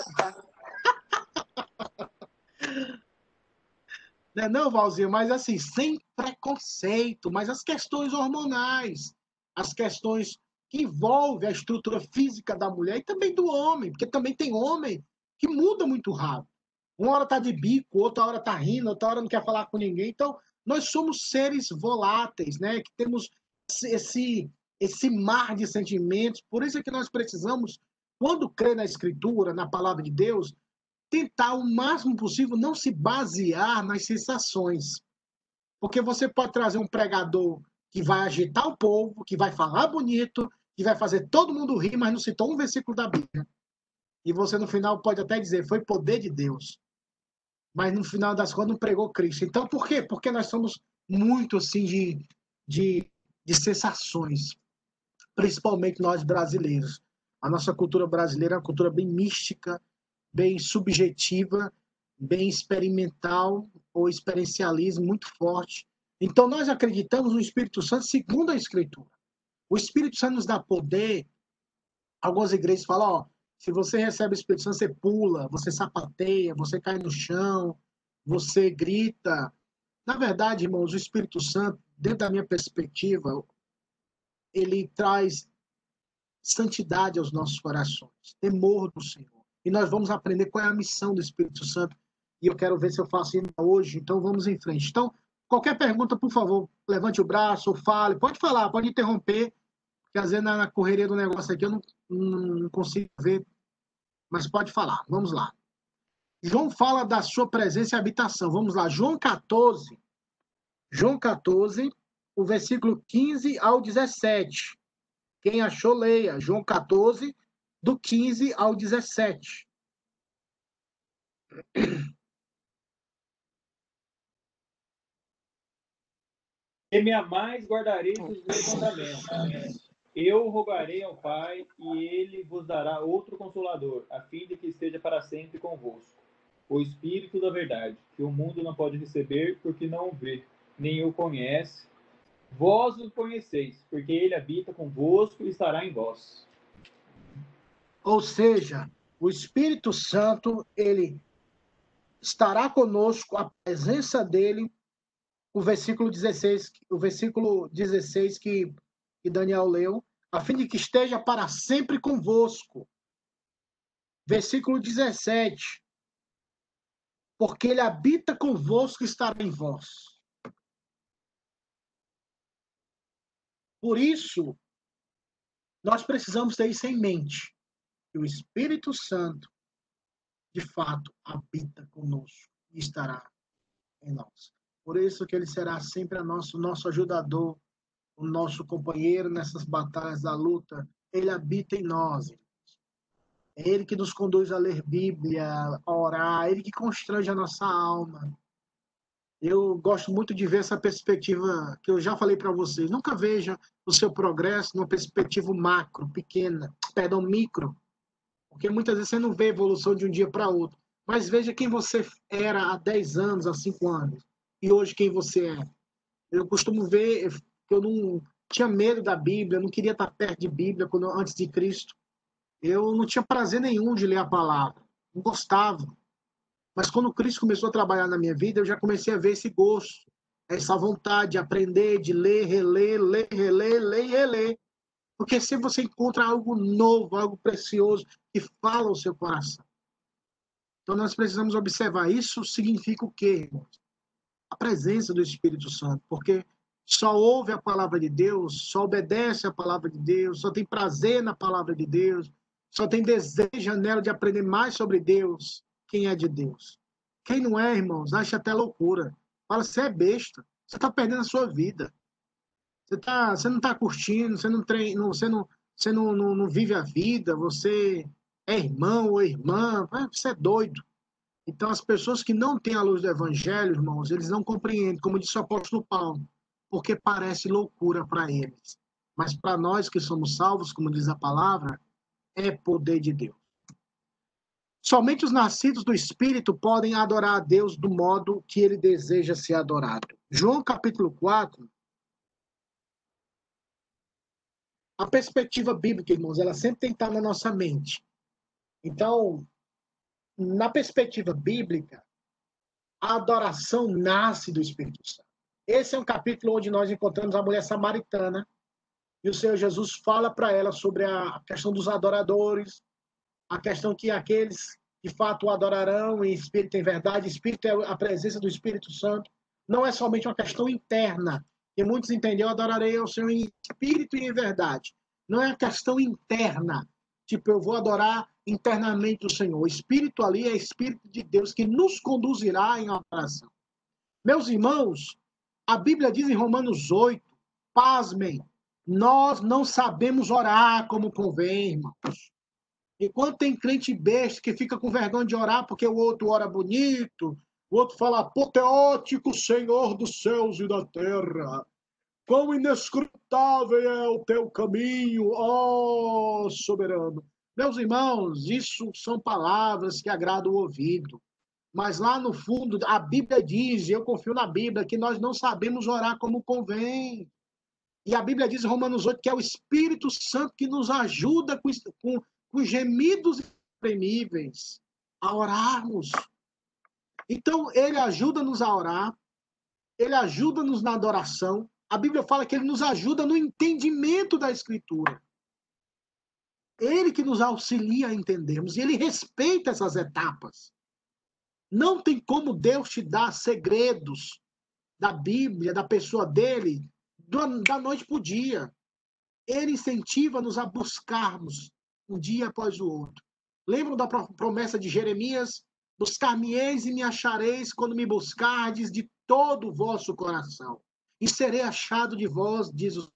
A: Não, Valzinho, mas assim, sem preconceito, mas as questões hormonais, as questões que envolvem a estrutura física da mulher e também do homem, porque também tem homem que muda muito rápido. Uma hora tá de bico, outra hora tá rindo, outra hora não quer falar com ninguém. Então, nós somos seres voláteis, né? Que temos esse mar de sentimentos. Por isso é que nós precisamos, quando crê na Escritura, na Palavra de Deus, tentar o máximo possível não se basear nas sensações. Porque você pode trazer um pregador que vai agitar o povo, que vai falar bonito, que vai fazer todo mundo rir, mas não citou um versículo da Bíblia. E você, no final, pode até dizer, foi poder de Deus. Mas, no final das contas, não pregou Cristo. Então, por quê? Porque nós somos muito, assim, de sensações. Principalmente nós brasileiros. A nossa cultura brasileira é uma cultura bem mística, bem subjetiva, bem experimental ou experiencialismo muito forte. Então, nós acreditamos no Espírito Santo segundo a Escritura. O Espírito Santo nos dá poder. Algumas igrejas falam, ó, se você recebe o Espírito Santo, você pula, você sapateia, você cai no chão, você grita. Na verdade, irmãos, o Espírito Santo, dentro da minha perspectiva, ele traz santidade aos nossos corações, temor do Senhor. E nós vamos aprender qual é a missão do Espírito Santo. E eu quero ver se eu faço isso hoje. Então, vamos em frente. Então, qualquer pergunta, por favor, levante o braço ou fale. Pode falar, pode interromper, porque Porque às vezes na correria do negócio aqui eu não consigo ver, mas pode falar. Vamos lá. João fala da sua presença e habitação. Vamos lá. João 14, o versículo 15 ao 17. Quem achou, leia. João 14, do 15 ao 17.
E: Se me amais, guardareis os meus mandamentos. Eu rogarei ao Pai, e ele vos dará outro Consolador, a fim de que esteja para sempre convosco. O Espírito da verdade, que o mundo não pode receber, porque não o vê, nem o conhece. Vós o conheceis, porque ele habita convosco e estará em vós.
A: Ou seja, o Espírito Santo, ele estará conosco, a presença dele, o versículo 16 que Daniel leu, a fim de que esteja para sempre convosco. Versículo 17. Porque ele habita convosco e estará em vós. Por isso, nós precisamos ter isso em mente. Que o Espírito Santo, de fato, habita conosco e estará em nós. Por isso que ele será sempre nosso ajudador, o nosso companheiro nessas batalhas da luta. Ele habita em nós. É ele que nos conduz a ler Bíblia, a orar, é ele que constrange a nossa alma. Eu gosto muito de ver essa perspectiva que eu já falei para vocês. Nunca veja o seu progresso numa perspectiva micro. Porque muitas vezes você não vê evolução de um dia para outro. Mas veja quem você era há 10 anos, há 5 anos. E hoje quem você é. Eu costumo ver que eu não tinha medo da Bíblia, eu não queria estar perto de Bíblia antes de Cristo. Eu não tinha prazer nenhum de ler a palavra. Não gostava. Mas quando Cristo começou a trabalhar na minha vida, eu já comecei a ver esse gosto, essa vontade de aprender, de ler, reler, ler, reler, ler e reler. Porque se você encontra algo novo, algo precioso, que fala ao seu coração. Então nós precisamos observar. Isso significa o quê, irmãos? A presença do Espírito Santo. Porque só ouve a palavra de Deus, só obedece a palavra de Deus, só tem prazer na palavra de Deus, só tem desejo nela de aprender mais sobre Deus, quem é de Deus. Quem não é, irmãos, acha até loucura. Fala, você é besta, você está perdendo a sua vida. Você não está curtindo, você não vive a vida, você é irmão ou irmã, você é doido. Então, as pessoas que não têm a luz do Evangelho, irmãos, eles não compreendem, como disse o apóstolo Paulo, porque parece loucura para eles. Mas para nós que somos salvos, como diz a palavra, é poder de Deus. Somente os nascidos do Espírito podem adorar a Deus do modo que ele deseja ser adorado. João capítulo 4, a perspectiva bíblica, irmãos, ela sempre tem que estar na nossa mente. Então, na perspectiva bíblica, a adoração nasce do Espírito Santo. Esse é um capítulo onde nós encontramos a mulher samaritana e o Senhor Jesus fala para ela sobre a questão dos adoradores, a questão que aqueles de fato o adorarão em espírito e em verdade. Espírito é a presença do Espírito Santo. Não é somente uma questão interna, que muitos entenderam, adorarei ao Senhor em espírito e em verdade. Não é a questão interna, tipo, eu vou adorar internamente o Senhor. O Espírito ali é Espírito de Deus que nos conduzirá em oração. Meus irmãos, a Bíblia diz em Romanos 8, pasmem, nós não sabemos orar como convém, irmãos. Enquanto tem crente besta que fica com vergonha de orar porque o outro ora bonito, o outro fala apoteótico, Senhor dos céus e da terra. Quão inescrutável é o teu caminho, ó soberano. Meus irmãos, isso são palavras que agradam o ouvido. Mas lá no fundo, a Bíblia diz, e eu confio na Bíblia, que nós não sabemos orar como convém. E a Bíblia diz em Romanos 8 que é o Espírito Santo que nos ajuda com gemidos inexprimíveis a orarmos. Então, ele ajuda-nos a orar, ele ajuda-nos na adoração. A Bíblia fala que ele nos ajuda no entendimento da Escritura. Ele que nos auxilia a entendermos, e ele respeita essas etapas. Não tem como Deus te dar segredos da Bíblia, da pessoa dele, da noite para o dia. ele incentiva-nos a buscarmos um dia após o outro. Lembram da promessa de Jeremias? Buscar-me-eis e me achareis quando me buscardes de todo o vosso coração. E serei achado de vós, diz o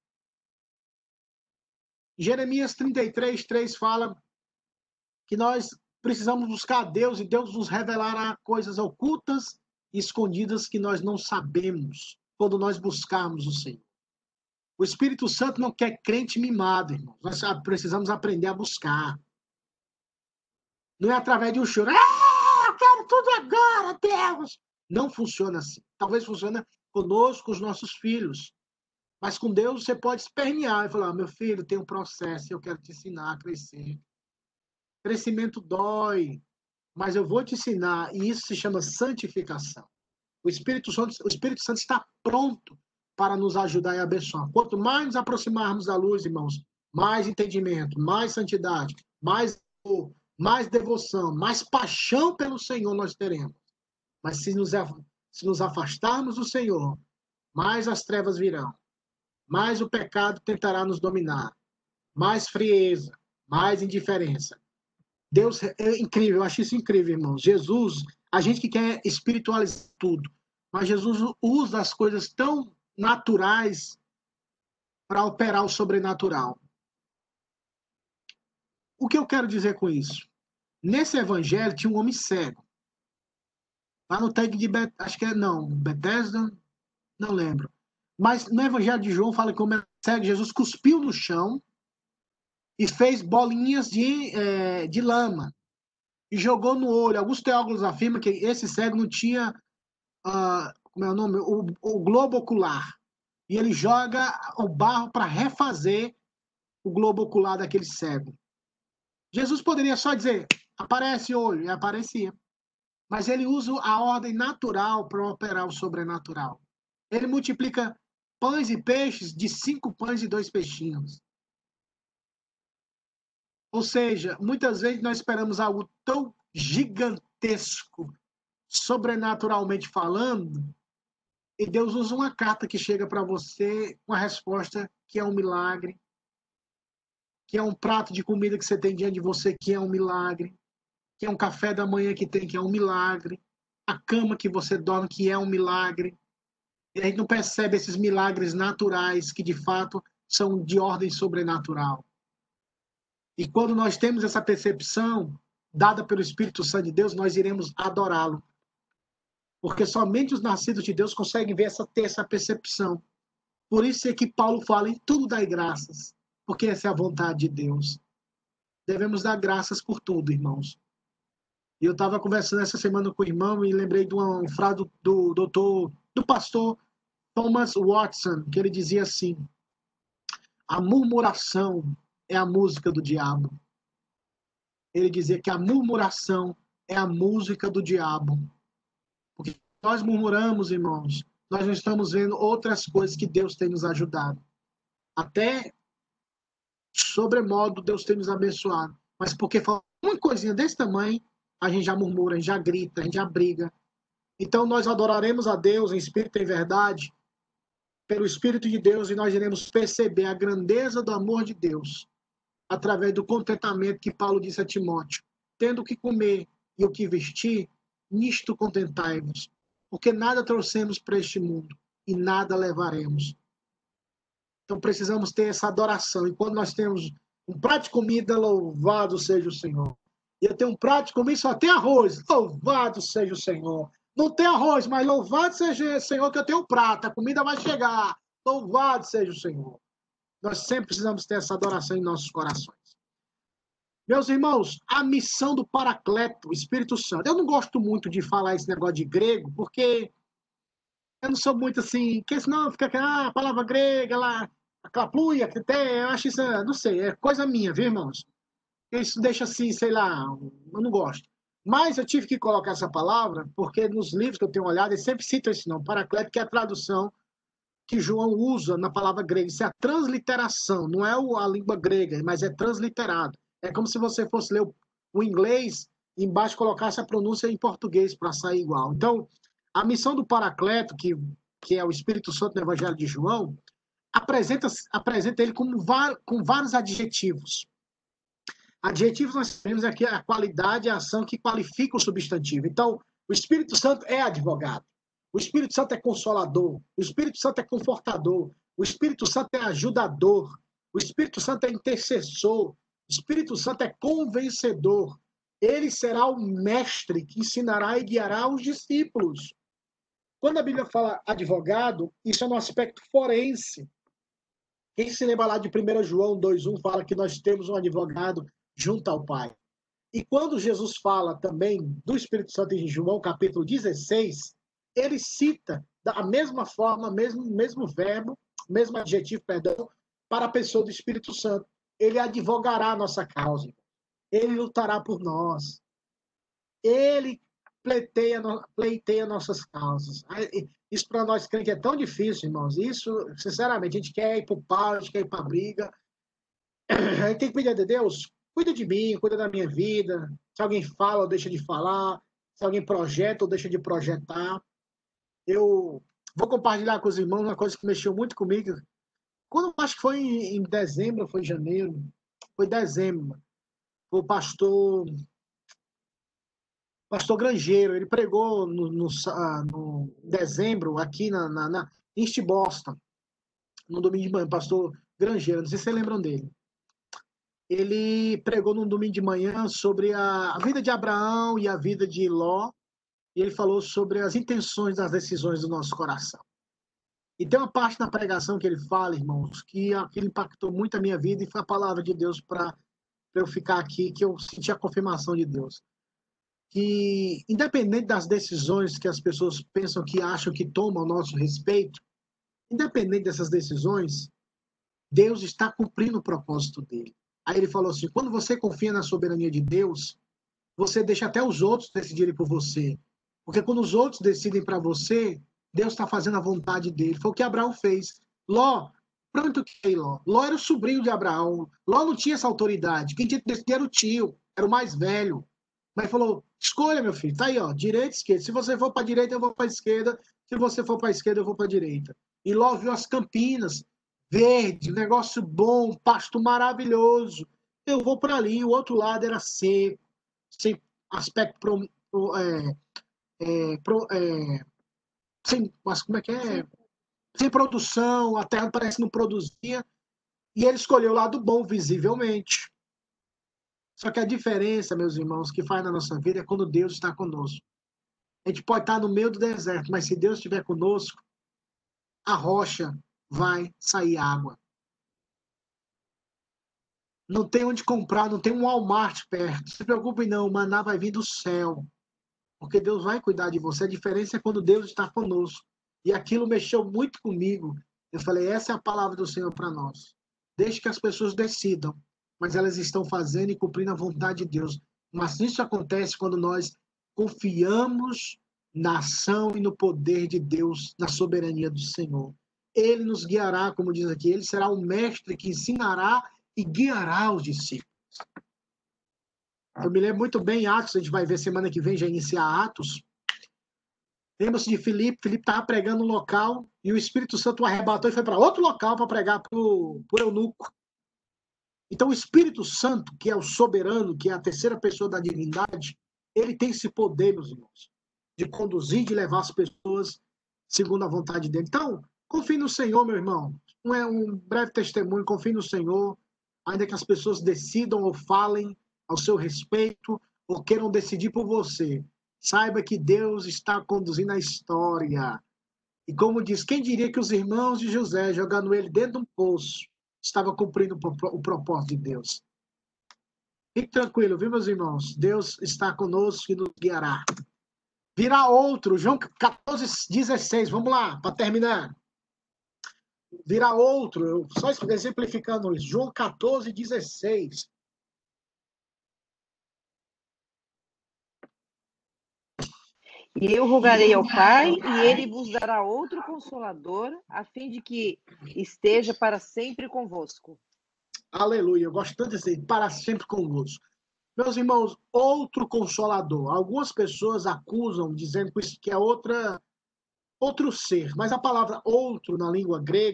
A: Jeremias 33:3 fala que nós precisamos buscar a Deus e Deus nos revelará coisas ocultas e escondidas que nós não sabemos quando nós buscarmos o Senhor. O Espírito Santo não quer crente mimado, irmãos. Nós precisamos aprender a buscar. Não é através de um choro. Eu quero tudo agora, Deus! Não funciona assim. Talvez funcione conosco, com os nossos filhos. Mas com Deus você pode espernear e falar, meu filho, tem um processo, eu quero te ensinar a crescer. Crescimento dói, mas eu vou te ensinar, e isso se chama santificação. O Espírito Santo está pronto para nos ajudar e abençoar. Quanto mais nos aproximarmos da luz, irmãos, mais entendimento, mais santidade, mais amor, mais devoção, mais paixão pelo Senhor nós teremos. Mas se nos afastarmos do Senhor, mais as trevas virão, mais o pecado tentará nos dominar, mais frieza, mais indiferença. Deus é incrível, eu acho isso incrível, irmãos. Jesus, a gente que quer espiritualizar tudo, mas Jesus usa as coisas tão naturais para operar o sobrenatural. O que eu quero dizer com isso? Nesse evangelho tinha um homem cego. Lá no tanque de acho que Betesda, não lembro. Mas no evangelho de João fala que o homem cego, Jesus cuspiu no chão e fez bolinhas de lama e jogou no olho. Alguns teólogos afirmam que esse cego não tinha como é o nome? O globo ocular. E ele joga o barro para refazer o globo ocular daquele cego. Jesus poderia só dizer, aparece olho, e aparecia. Mas ele usa a ordem natural para operar o sobrenatural. Ele multiplica pães e peixes de 5 pães e 2 peixinhos. Ou seja, muitas vezes nós esperamos algo tão gigantesco, sobrenaturalmente falando, e Deus usa uma carta que chega para você, uma resposta que é um milagre, que é um prato de comida que você tem diante de você, que é um milagre, que é um café da manhã que tem, que é um milagre, a cama que você dorme, que é um milagre. E a gente não percebe esses milagres naturais que, de fato, são de ordem sobrenatural. E quando nós temos essa percepção, dada pelo Espírito Santo de Deus, nós iremos adorá-lo. Porque somente os nascidos de Deus conseguem ter essa percepção. Por isso é que Paulo fala em tudo dai graças, porque essa é a vontade de Deus. Devemos dar graças por tudo, irmãos. E eu estava conversando essa semana com o irmão e lembrei de uma frase do pastor Thomas Watson, que ele dizia assim, a murmuração é a música do diabo. Ele dizia que a murmuração é a música do diabo. Porque nós murmuramos, irmãos, nós não estamos vendo outras coisas que Deus tem nos ajudado. Até sobremodo Deus tem nos abençoado. Mas porque fala uma coisinha desse tamanho, a gente já murmura, a gente já grita, a gente já briga. Então nós adoraremos a Deus em espírito e em verdade, pelo Espírito de Deus, e nós iremos perceber a grandeza do amor de Deus através do contentamento que Paulo disse a Timóteo. Tendo o que comer e o que vestir, nisto contentai-vos, porque nada trouxemos para este mundo e nada levaremos. Então precisamos ter essa adoração. E quando nós temos um prato de comida, louvado seja o Senhor. E eu tenho um prato de comida, só tem arroz, louvado seja o Senhor. Não tem arroz, mas louvado seja o Senhor que eu tenho um prato, a comida vai chegar. Louvado seja o Senhor. Nós sempre precisamos ter essa adoração em nossos corações. Meus irmãos, a missão do Paracleto, o Espírito Santo. Eu não gosto muito de falar esse negócio de grego, porque eu não sou muito assim, porque senão fica a palavra grega lá, a clapluia que tem, eu acho isso, não sei, é coisa minha, viu, irmãos? Isso deixa assim, sei lá, eu não gosto. Mas eu tive que colocar essa palavra, porque nos livros que eu tenho olhado, eles sempre citam esse nome, Paracleto, que é a tradução que João usa na palavra grega. Isso é a transliteração, não é a língua grega, mas é transliterado. É como se você fosse ler o inglês e embaixo colocasse a pronúncia em português para sair igual. Então, a missão do Paracleto, que é o Espírito Santo no Evangelho de João, apresenta ele com vários adjetivos. Adjetivos nós temos aqui a qualidade e a ação que qualifica o substantivo. Então, o Espírito Santo é advogado. O Espírito Santo é consolador. O Espírito Santo é confortador. O Espírito Santo é ajudador. O Espírito Santo é intercessor. O Espírito Santo é convencedor. Ele será o mestre que ensinará e guiará os discípulos. Quando a Bíblia fala advogado, isso é no aspecto forense. Quem se lembra lá de 1 João 2,1 fala que nós temos um advogado junto ao Pai. E quando Jesus fala também do Espírito Santo em João capítulo 16, ele cita da mesma forma, mesmo verbo, mesmo adjetivo, perdão, para a pessoa do Espírito Santo. Ele advogará a nossa causa. Ele lutará por nós. Ele pleiteia nossas causas. Isso para nós crentes é tão difícil, irmãos. Isso, sinceramente, a gente quer ir para o pau, a gente quer ir para a briga. A gente tem que pedir a Deus, cuida de mim, cuida da minha vida. Se alguém fala ou deixa de falar, se alguém projeta ou deixa de projetar. Eu vou compartilhar com os irmãos uma coisa que mexeu muito comigo. Quando acho que foi em dezembro, foi em janeiro, foi dezembro. O pastor Grangeiro, ele pregou no dezembro aqui na East Boston, no domingo de manhã, pastor Grangeiro, não sei se vocês lembram dele. Ele pregou no domingo de manhã sobre a vida de Abraão e a vida de Ló, e ele falou sobre as intenções das decisões do nosso coração. E tem uma parte na pregação que ele fala, irmãos, que aquilo impactou muito a minha vida e foi a palavra de Deus para eu ficar aqui, que eu senti a confirmação de Deus. Que, independente das decisões que as pessoas pensam que acham que tomam a nosso respeito, independente dessas decisões, Deus está cumprindo o propósito dele. Aí ele falou assim, quando você confia na soberania de Deus, você deixa até os outros decidirem por você. Porque quando os outros decidem para você, Deus está fazendo a vontade dele. Foi o que Abraão fez. Ló, pronto que é Ló. Ló era o sobrinho de Abraão. Ló não tinha essa autoridade. Quem tinha que decidir era o tio, era o mais velho. Mas falou, escolha, meu filho, tá aí, ó, direita e esquerda. Se você for para a direita, eu vou para a esquerda. Se você for para a esquerda, eu vou para a direita. E Ló viu as campinas, verde, negócio bom, pasto maravilhoso. Eu vou para ali, o outro lado era seco, sem aspecto sem produção, a terra parece que não produzia. E ele escolheu o lado bom, visivelmente. Só que a diferença, meus irmãos, que faz na nossa vida é quando Deus está conosco. A gente pode estar no meio do deserto, mas se Deus estiver conosco, a rocha vai sair água. Não tem onde comprar, não tem um Walmart perto. Não se preocupe não, o maná vai vir do céu. Porque Deus vai cuidar de você. A diferença é quando Deus está conosco. E aquilo mexeu muito comigo. Eu falei, essa é a palavra do Senhor para nós. Deixe que as pessoas decidam, mas elas estão fazendo e cumprindo a vontade de Deus. Mas isso acontece quando nós confiamos na ação e no poder de Deus, na soberania do Senhor. Ele nos guiará, como diz aqui, ele será o mestre que ensinará e guiará os discípulos. Eu me lembro muito bem Atos, a gente vai ver semana que vem já iniciar Atos. Lembra-se de Filipe estava pregando um local e o Espírito Santo o arrebatou e foi para outro local para pregar para o eunuco. Então o Espírito Santo, que é o soberano, que é a terceira pessoa da divindade, ele tem esse poder, meus irmãos, de conduzir, de levar as pessoas segundo a vontade dele. Então, confie no Senhor, meu irmão. Não é um breve testemunho, confie no Senhor, ainda que as pessoas decidam ou falem ao seu respeito ou queiram decidir por você. Saiba que Deus está conduzindo a história. E como diz, quem diria que os irmãos de José, jogando ele dentro de um poço, estava cumprindo o propósito de Deus. Fique tranquilo, viu, meus irmãos? Deus está conosco e nos guiará. Virá outro, João 14:16. Vamos lá, para terminar. Virá outro, só exemplificando isso. João 14:16.
D: E eu rogarei ao Pai, e ele vos dará outro Consolador, a fim de que esteja para sempre convosco.
A: Aleluia, eu gosto tanto de dizer, para sempre convosco. Meus irmãos, outro Consolador. Algumas pessoas acusam, dizendo que é outro ser, mas a palavra outro na língua grega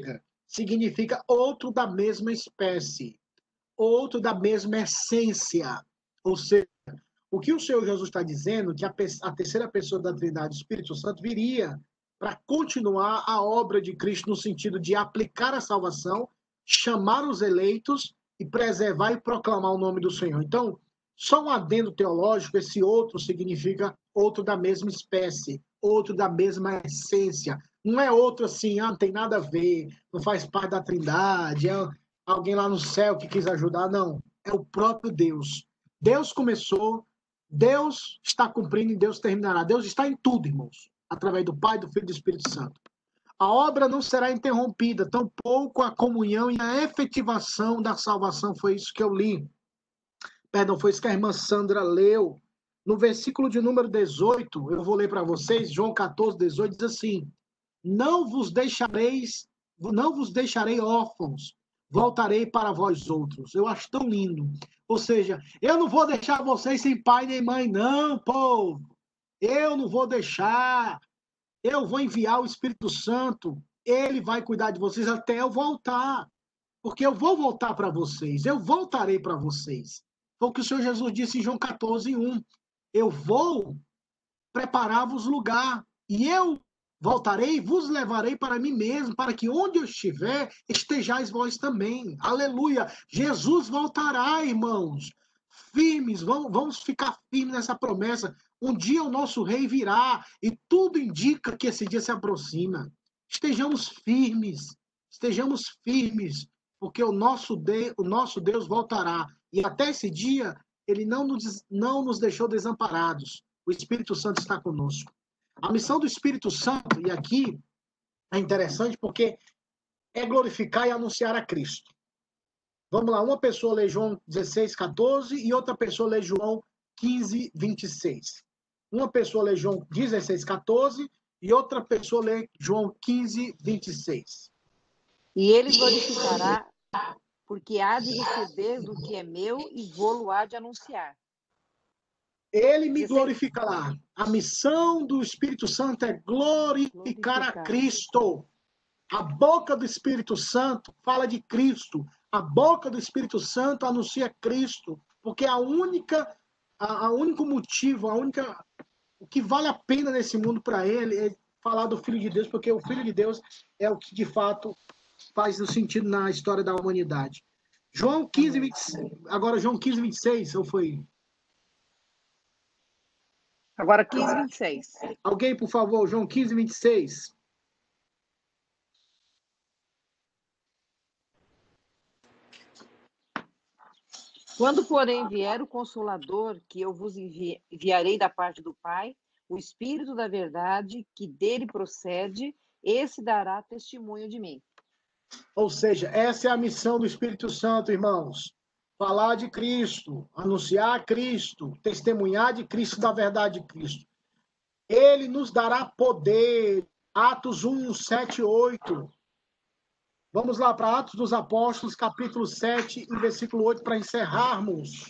A: significa outro da mesma espécie, outro da mesma essência. Ou seja, o que o Senhor Jesus está dizendo, que a terceira pessoa da Trindade, o Espírito Santo, viria para continuar a obra de Cristo no sentido de aplicar a salvação, chamar os eleitos e preservar e proclamar o nome do Senhor. Então, só um adendo teológico, esse outro significa outro da mesma espécie, outro da mesma essência. Não é outro assim, não tem nada a ver, não faz parte da Trindade, é alguém lá no céu que quis ajudar, não. É o próprio Deus. Deus começou, Deus está cumprindo e Deus terminará. Deus está em tudo, irmãos, através do Pai, do Filho e do Espírito Santo. A obra não será interrompida, tampouco a comunhão e a efetivação da salvação. Foi isso que eu li. Perdão, foi isso que a irmã Sandra leu. No versículo de número 18, eu vou ler para vocês, João 14, 18, diz assim: não vos deixarei órfãos, voltarei para vós outros. Eu acho tão lindo. Ou seja, eu não vou deixar vocês sem pai nem mãe, não, povo. Eu não vou deixar. Eu vou enviar o Espírito Santo. Ele vai cuidar de vocês até eu voltar. Porque eu vou voltar para vocês. Eu voltarei para vocês. Foi o que o Senhor Jesus disse em João 14, 1. Eu vou preparar-vos lugar. E eu voltarei e vos levarei para mim mesmo, para que onde eu estiver, estejais vós também. Aleluia! Jesus voltará, irmãos. Firmes, vamos ficar firmes nessa promessa. Um dia o nosso rei virá e tudo indica que esse dia se aproxima. Estejamos firmes, porque o nosso Deus voltará. E até esse dia, ele não nos deixou desamparados. O Espírito Santo está conosco. A missão do Espírito Santo, e aqui é interessante porque é glorificar e anunciar a Cristo. Vamos lá, uma pessoa lê João 16, 14 e outra pessoa lê João 15, 26. Uma pessoa lê João 16, 14 e outra pessoa lê João 15, 26.
D: E ele glorificará, porque há de receber do que é meu e vou-lo há de anunciar.
A: Ele me glorificará. A missão do Espírito Santo é glorificar a Cristo. A boca do Espírito Santo fala de Cristo. A boca do Espírito Santo anuncia Cristo. Porque a único motivo, o que vale a pena nesse mundo para ele é falar do Filho de Deus, porque o Filho de Deus é o que de fato faz o sentido na história da humanidade. João 15, 26. Agora João 15, 26, ou foi?
D: Agora 15, 26.
A: Alguém, por favor, João 15, 26.
D: Quando, porém, vier o Consolador, que eu vos enviarei da parte do Pai, o Espírito da verdade, que dele procede, esse dará testemunho de mim.
A: Ou seja, essa é a missão do Espírito Santo, irmãos. Falar de Cristo, anunciar Cristo, testemunhar de Cristo, da verdade de Cristo. Ele nos dará poder. Atos 1, 7, 8. Vamos lá para Atos dos Apóstolos, capítulo 7 e versículo 8, para encerrarmos.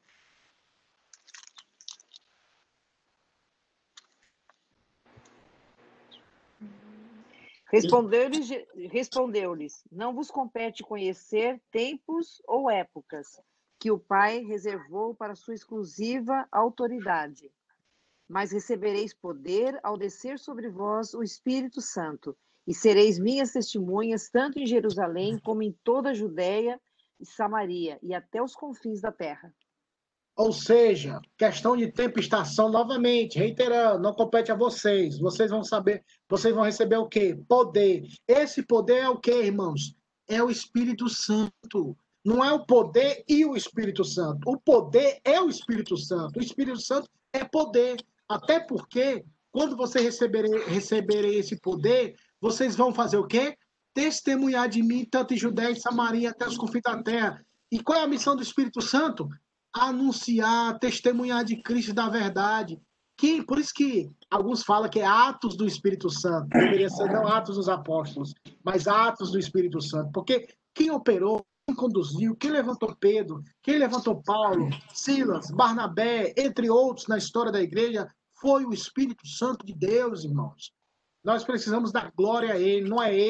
D: Respondeu-lhes, não vos compete conhecer tempos ou épocas que o Pai reservou para sua exclusiva autoridade, mas recebereis poder ao descer sobre vós o Espírito Santo, e sereis minhas testemunhas tanto em Jerusalém como em toda a Judéia e Samaria e até os confins da terra.
A: Ou seja, questão de tempo e estação, novamente, reiterando, não compete a vocês. Vocês vão saber, vocês vão receber o quê? Poder. Esse poder é o quê, irmãos? É o Espírito Santo. Não é o poder e o Espírito Santo. O poder é o Espírito Santo. O Espírito Santo é poder. Até porque, quando vocês receberem esse poder, vocês vão fazer o quê? Testemunhar de mim, tanto em Judéia e Samaria, até os confins da terra. E qual é a missão do Espírito Santo? Anunciar, testemunhar de Cristo, da verdade. Por isso que alguns falam que é Atos do Espírito Santo. Deveria ser não Atos dos Apóstolos, mas Atos do Espírito Santo. Porque quem operou, quem conduziu, quem levantou Pedro, quem levantou Paulo, Silas, Barnabé, entre outros na história da igreja, foi o Espírito Santo de Deus, irmãos. Nós precisamos dar glória a ele, não é eu,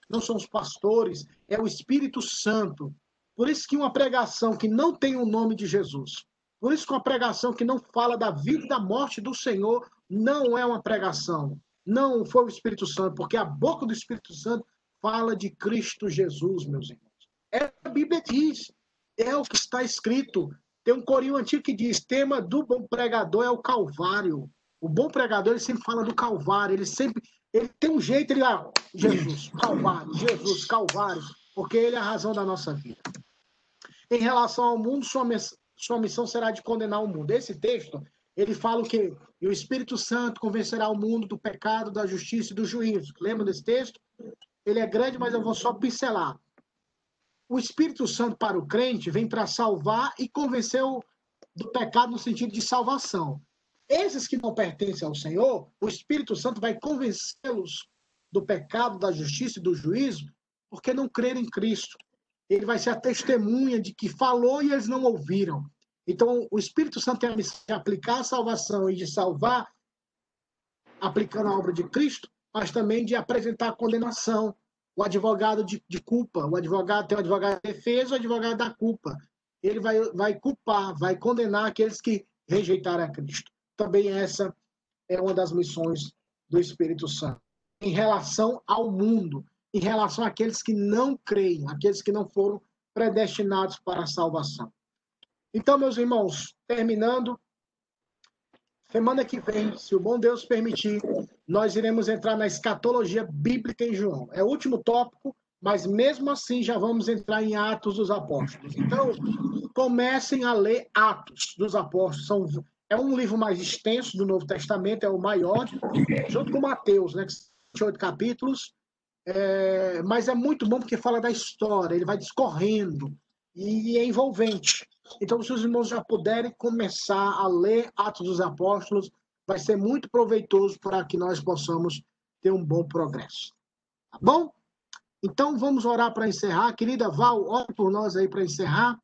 A: não são os pastores, é o Espírito Santo. Por isso que uma pregação que não tem o nome de Jesus, por isso que uma pregação que não fala da vida e da morte do Senhor, não é uma pregação. Não foi o Espírito Santo, porque a boca do Espírito Santo fala de Cristo Jesus, meus irmãos. A Bíblia diz, é o que está escrito. Tem um corinho antigo que diz, tema do bom pregador é o Calvário. O bom pregador, ele sempre fala do Calvário, ele tem um jeito, ele lá, Jesus, Calvário, porque ele é a razão da nossa vida. Em relação ao mundo, sua missão será de condenar o mundo. Esse texto, ele fala o quê? E o Espírito Santo convencerá o mundo do pecado, da justiça e do juízo. Lembra desse texto? Ele é grande, mas eu vou só pincelar. O Espírito Santo para o crente vem para salvar e convencer do pecado no sentido de salvação. Esses que não pertencem ao Senhor, o Espírito Santo vai convencê-los do pecado, da justiça e do juízo, porque não creram em Cristo. Ele vai ser a testemunha de que falou e eles não ouviram. Então, o Espírito Santo tem a missão de aplicar a salvação e de salvar, aplicando a obra de Cristo, mas também de apresentar a condenação. O advogado de culpa, o advogado tem o advogado de defesa, o advogado da culpa. Ele vai culpar, vai condenar aqueles que rejeitaram a Cristo. Também essa é uma das missões do Espírito Santo. Em relação ao mundo, em relação àqueles que não creem, aqueles que não foram predestinados para a salvação. Então, meus irmãos, terminando, semana que vem, se o bom Deus permitir, nós iremos entrar na escatologia bíblica em João. É o último tópico, mas mesmo assim já vamos entrar em Atos dos Apóstolos. Então, comecem a ler Atos dos Apóstolos. É um livro mais extenso do Novo Testamento, é o maior, junto com Mateus, né, que são 28 capítulos, mas é muito bom porque fala da história, ele vai discorrendo e é envolvente. Então, se os irmãos já puderem começar a ler Atos dos Apóstolos, vai ser muito proveitoso para que nós possamos ter um bom progresso. Tá bom? Então, vamos orar para encerrar. Querida Val, ore por nós aí para encerrar.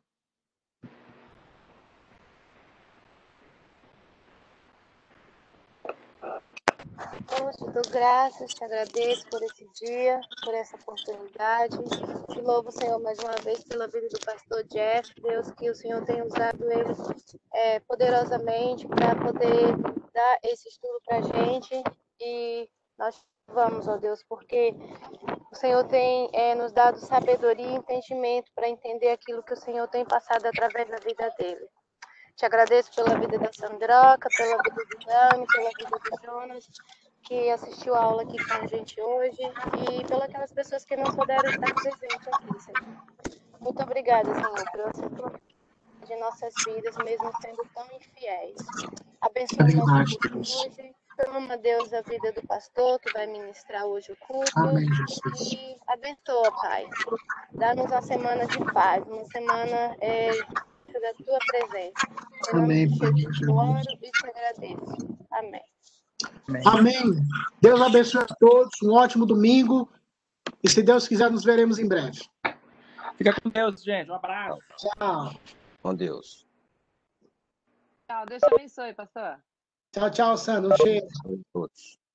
B: Senhor, te dou graças, te agradeço por esse dia, por essa oportunidade. Te louvo, Senhor, mais uma vez pela vida do pastor Jeff. Deus, que o Senhor tenha usado ele poderosamente para poder dar esse estudo para a gente. E nós vamos, ó Deus, porque o Senhor tem nos dado sabedoria e entendimento para entender aquilo que o Senhor tem passado através da vida dele. Te agradeço pela vida da Sandroca, pela vida do Dani, pela vida do Jonas, que assistiu a aula aqui com a gente hoje, e pelas aquelas pessoas que não puderam estar presentes aqui, Senhor. Muito obrigada, Senhor, por você provar de nossas vidas, mesmo sendo tão infiéis. Abençoe o nosso culto hoje. Toma, Deus, a vida do pastor que vai ministrar hoje o culto.
A: Amém, Jesus.
B: E abençoa, Pai. Dá-nos uma semana de paz, uma semana da tua presença. Em nome de Jesus, eu oro e te agradeço. Amém.
A: Amém. Deus abençoe a todos. Um ótimo domingo. E se Deus quiser, nos veremos em breve.
E: Fica com Deus, gente. Um abraço.
A: Tchau.
F: Com Deus.
D: Tchau, Deus te abençoe, pastor.
A: Tchau, tchau, Sandro. Um cheiro.
F: Todos.